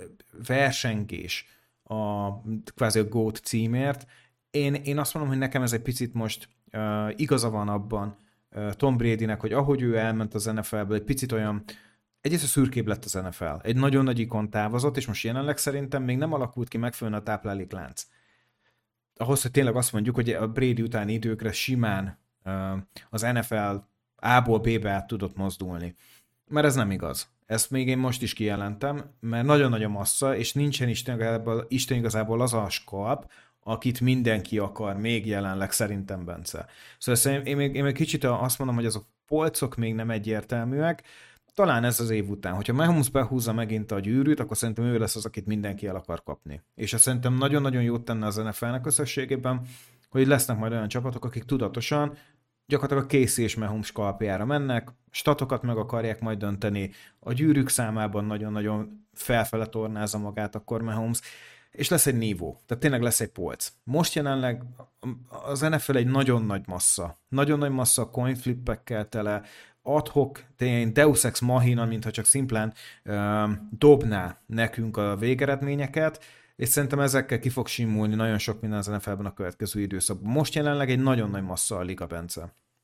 versengés a kvázi a GOAT címért. Én, én azt mondom, hogy nekem ez egy picit most uh, igaza van abban uh, Tom Bradynek, hogy ahogy ő elment az en ef el-ből, egy picit olyan egyrészt a szürkébb lett az en ef el. Egy nagyon nagy ikon távozott, és most jelenleg szerintem még nem alakult ki megfelelően a tápláléklánc. Ahhoz, hogy tényleg azt mondjuk, hogy a Brady utáni időkre simán uh, az en ef el A-ból B-be át tudott mozdulni. Mert ez nem igaz. Ezt még én most is kijelentem, mert nagyon nagy a massza, és nincsen Isten igazából, Isten igazából az a skalp, akit mindenki akar, még jelenleg szerintem, Bence. Szóval én még, én még kicsit azt mondom, hogy azok polcok még nem egyértelműek, talán ez az év után. Hogyha Mahomes behúzza megint a gyűrűt, akkor szerintem ő lesz az, akit mindenki el akar kapni. És azt szerintem nagyon-nagyon jót tenne az en ef el-nek összességében, hogy lesznek majd olyan csapatok, akik tudatosan gyakorlatilag a Casey és Mahomes kalpjára mennek, statokat meg akarják majd dönteni, a gyűrűk számában nagyon-nagyon felfele tornázza magát akkor Mahomes, és lesz egy nívó, tehát tényleg lesz egy polc. Most jelenleg az en ef el egy nagyon nagy massza, nagyon nagy massza coin flippekkel tele, ad-hoc, tényleg Deus Ex Machina, mintha csak szimplán uh, dobná nekünk a végeredményeket, és szerintem ezekkel ki fog simulni nagyon sok minden az en ef el-ben a következő időszakban. Most jelenleg egy nagyon nagy massza a liga, Bence.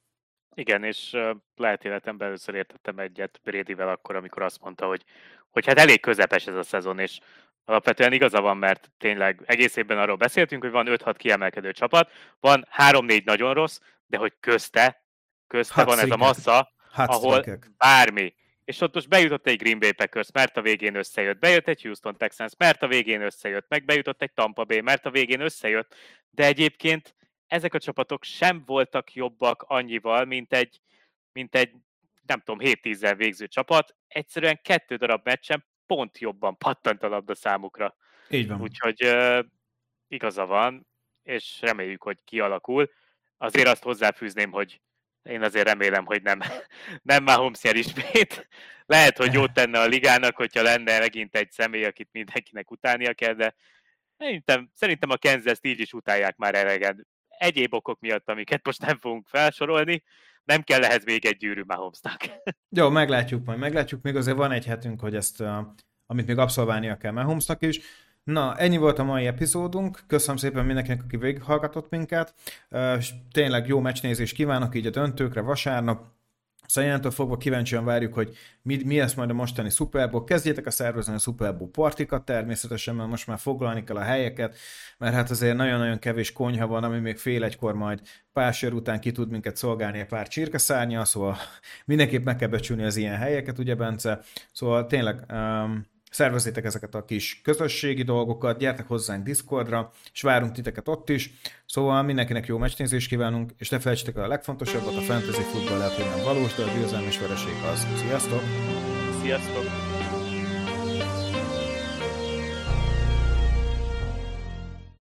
Igen, és lehet életemben először értettem egyet Bradyvel akkor, amikor azt mondta, hogy, hogy hát elég közepes ez a szezon, és alapvetően igaza van, mert tényleg egész évben arról beszéltünk, hogy van öt-hat kiemelkedő csapat, van három-négy nagyon rossz, de hogy közte, közte van ez a massza, ahol bármi. És ott most bejutott egy Green Bay Packers, mert a végén összejött, bejött egy Houston Texans, mert a végén összejött, meg bejutott egy Tampa Bay, mert a végén összejött, de egyébként ezek a csapatok sem voltak jobbak annyival, mint egy, mint egy nem tudom, hét-tízzel végző csapat. Egyszerűen kettő darab meccsen pont jobban pattant a labda számukra. Így van. Úgyhogy uh, igaza van, és reméljük, hogy kialakul. Azért azt hozzáfűzném, hogy én azért remélem, hogy nem, nem Mahomes nyer ismét. Lehet, hogy jót tenne a ligának, hogyha lenne megint egy személy, akit mindenkinek utálnia kell, de szerintem, szerintem a Kansas-t így is utálják már elegen. Egyéb okok miatt, amiket most nem fogunk felsorolni, nem kell ehhez még egy gyűrű Mahomesnak. Jó, meglátjuk majd, meglátjuk. Még azért van egy hetünk, hogy ezt, uh, amit még abszolválnia kell Mahomesnak is. Na, ennyi volt a mai epizódunk. Köszönöm szépen mindenkinek, aki végighallgatott minket. Uh, tényleg jó meccsnézést kívánok így a döntőkre vasárnap. Szóval innentől fogva kíváncsian várjuk, hogy mi, mi lesz majd a mostani Super Bowl. Kezdjétek a szervezni a Super Bowl partikat természetesen, mert most már foglalni kell a helyeket, mert hát azért nagyon-nagyon kevés konyha van, ami még fél egykor majd pár sör után ki tud minket szolgálni a pár csirkeszárnya, szóval mindenképp meg kell becsülni az ilyen helyeket, ugye Bence? Szóval tényleg... Um, szervezzétek ezeket a kis közösségi dolgokat, gyertek hozzánk Discordra, és várunk titeket ott is. Szóval mindenkinek jó meccsnézést kívánunk, és ne felejtsétek el a legfontosabbat, a fantasy futball lehet, hogy nem valós, de a győzelem és vereség az. Sziasztok! Sziasztok!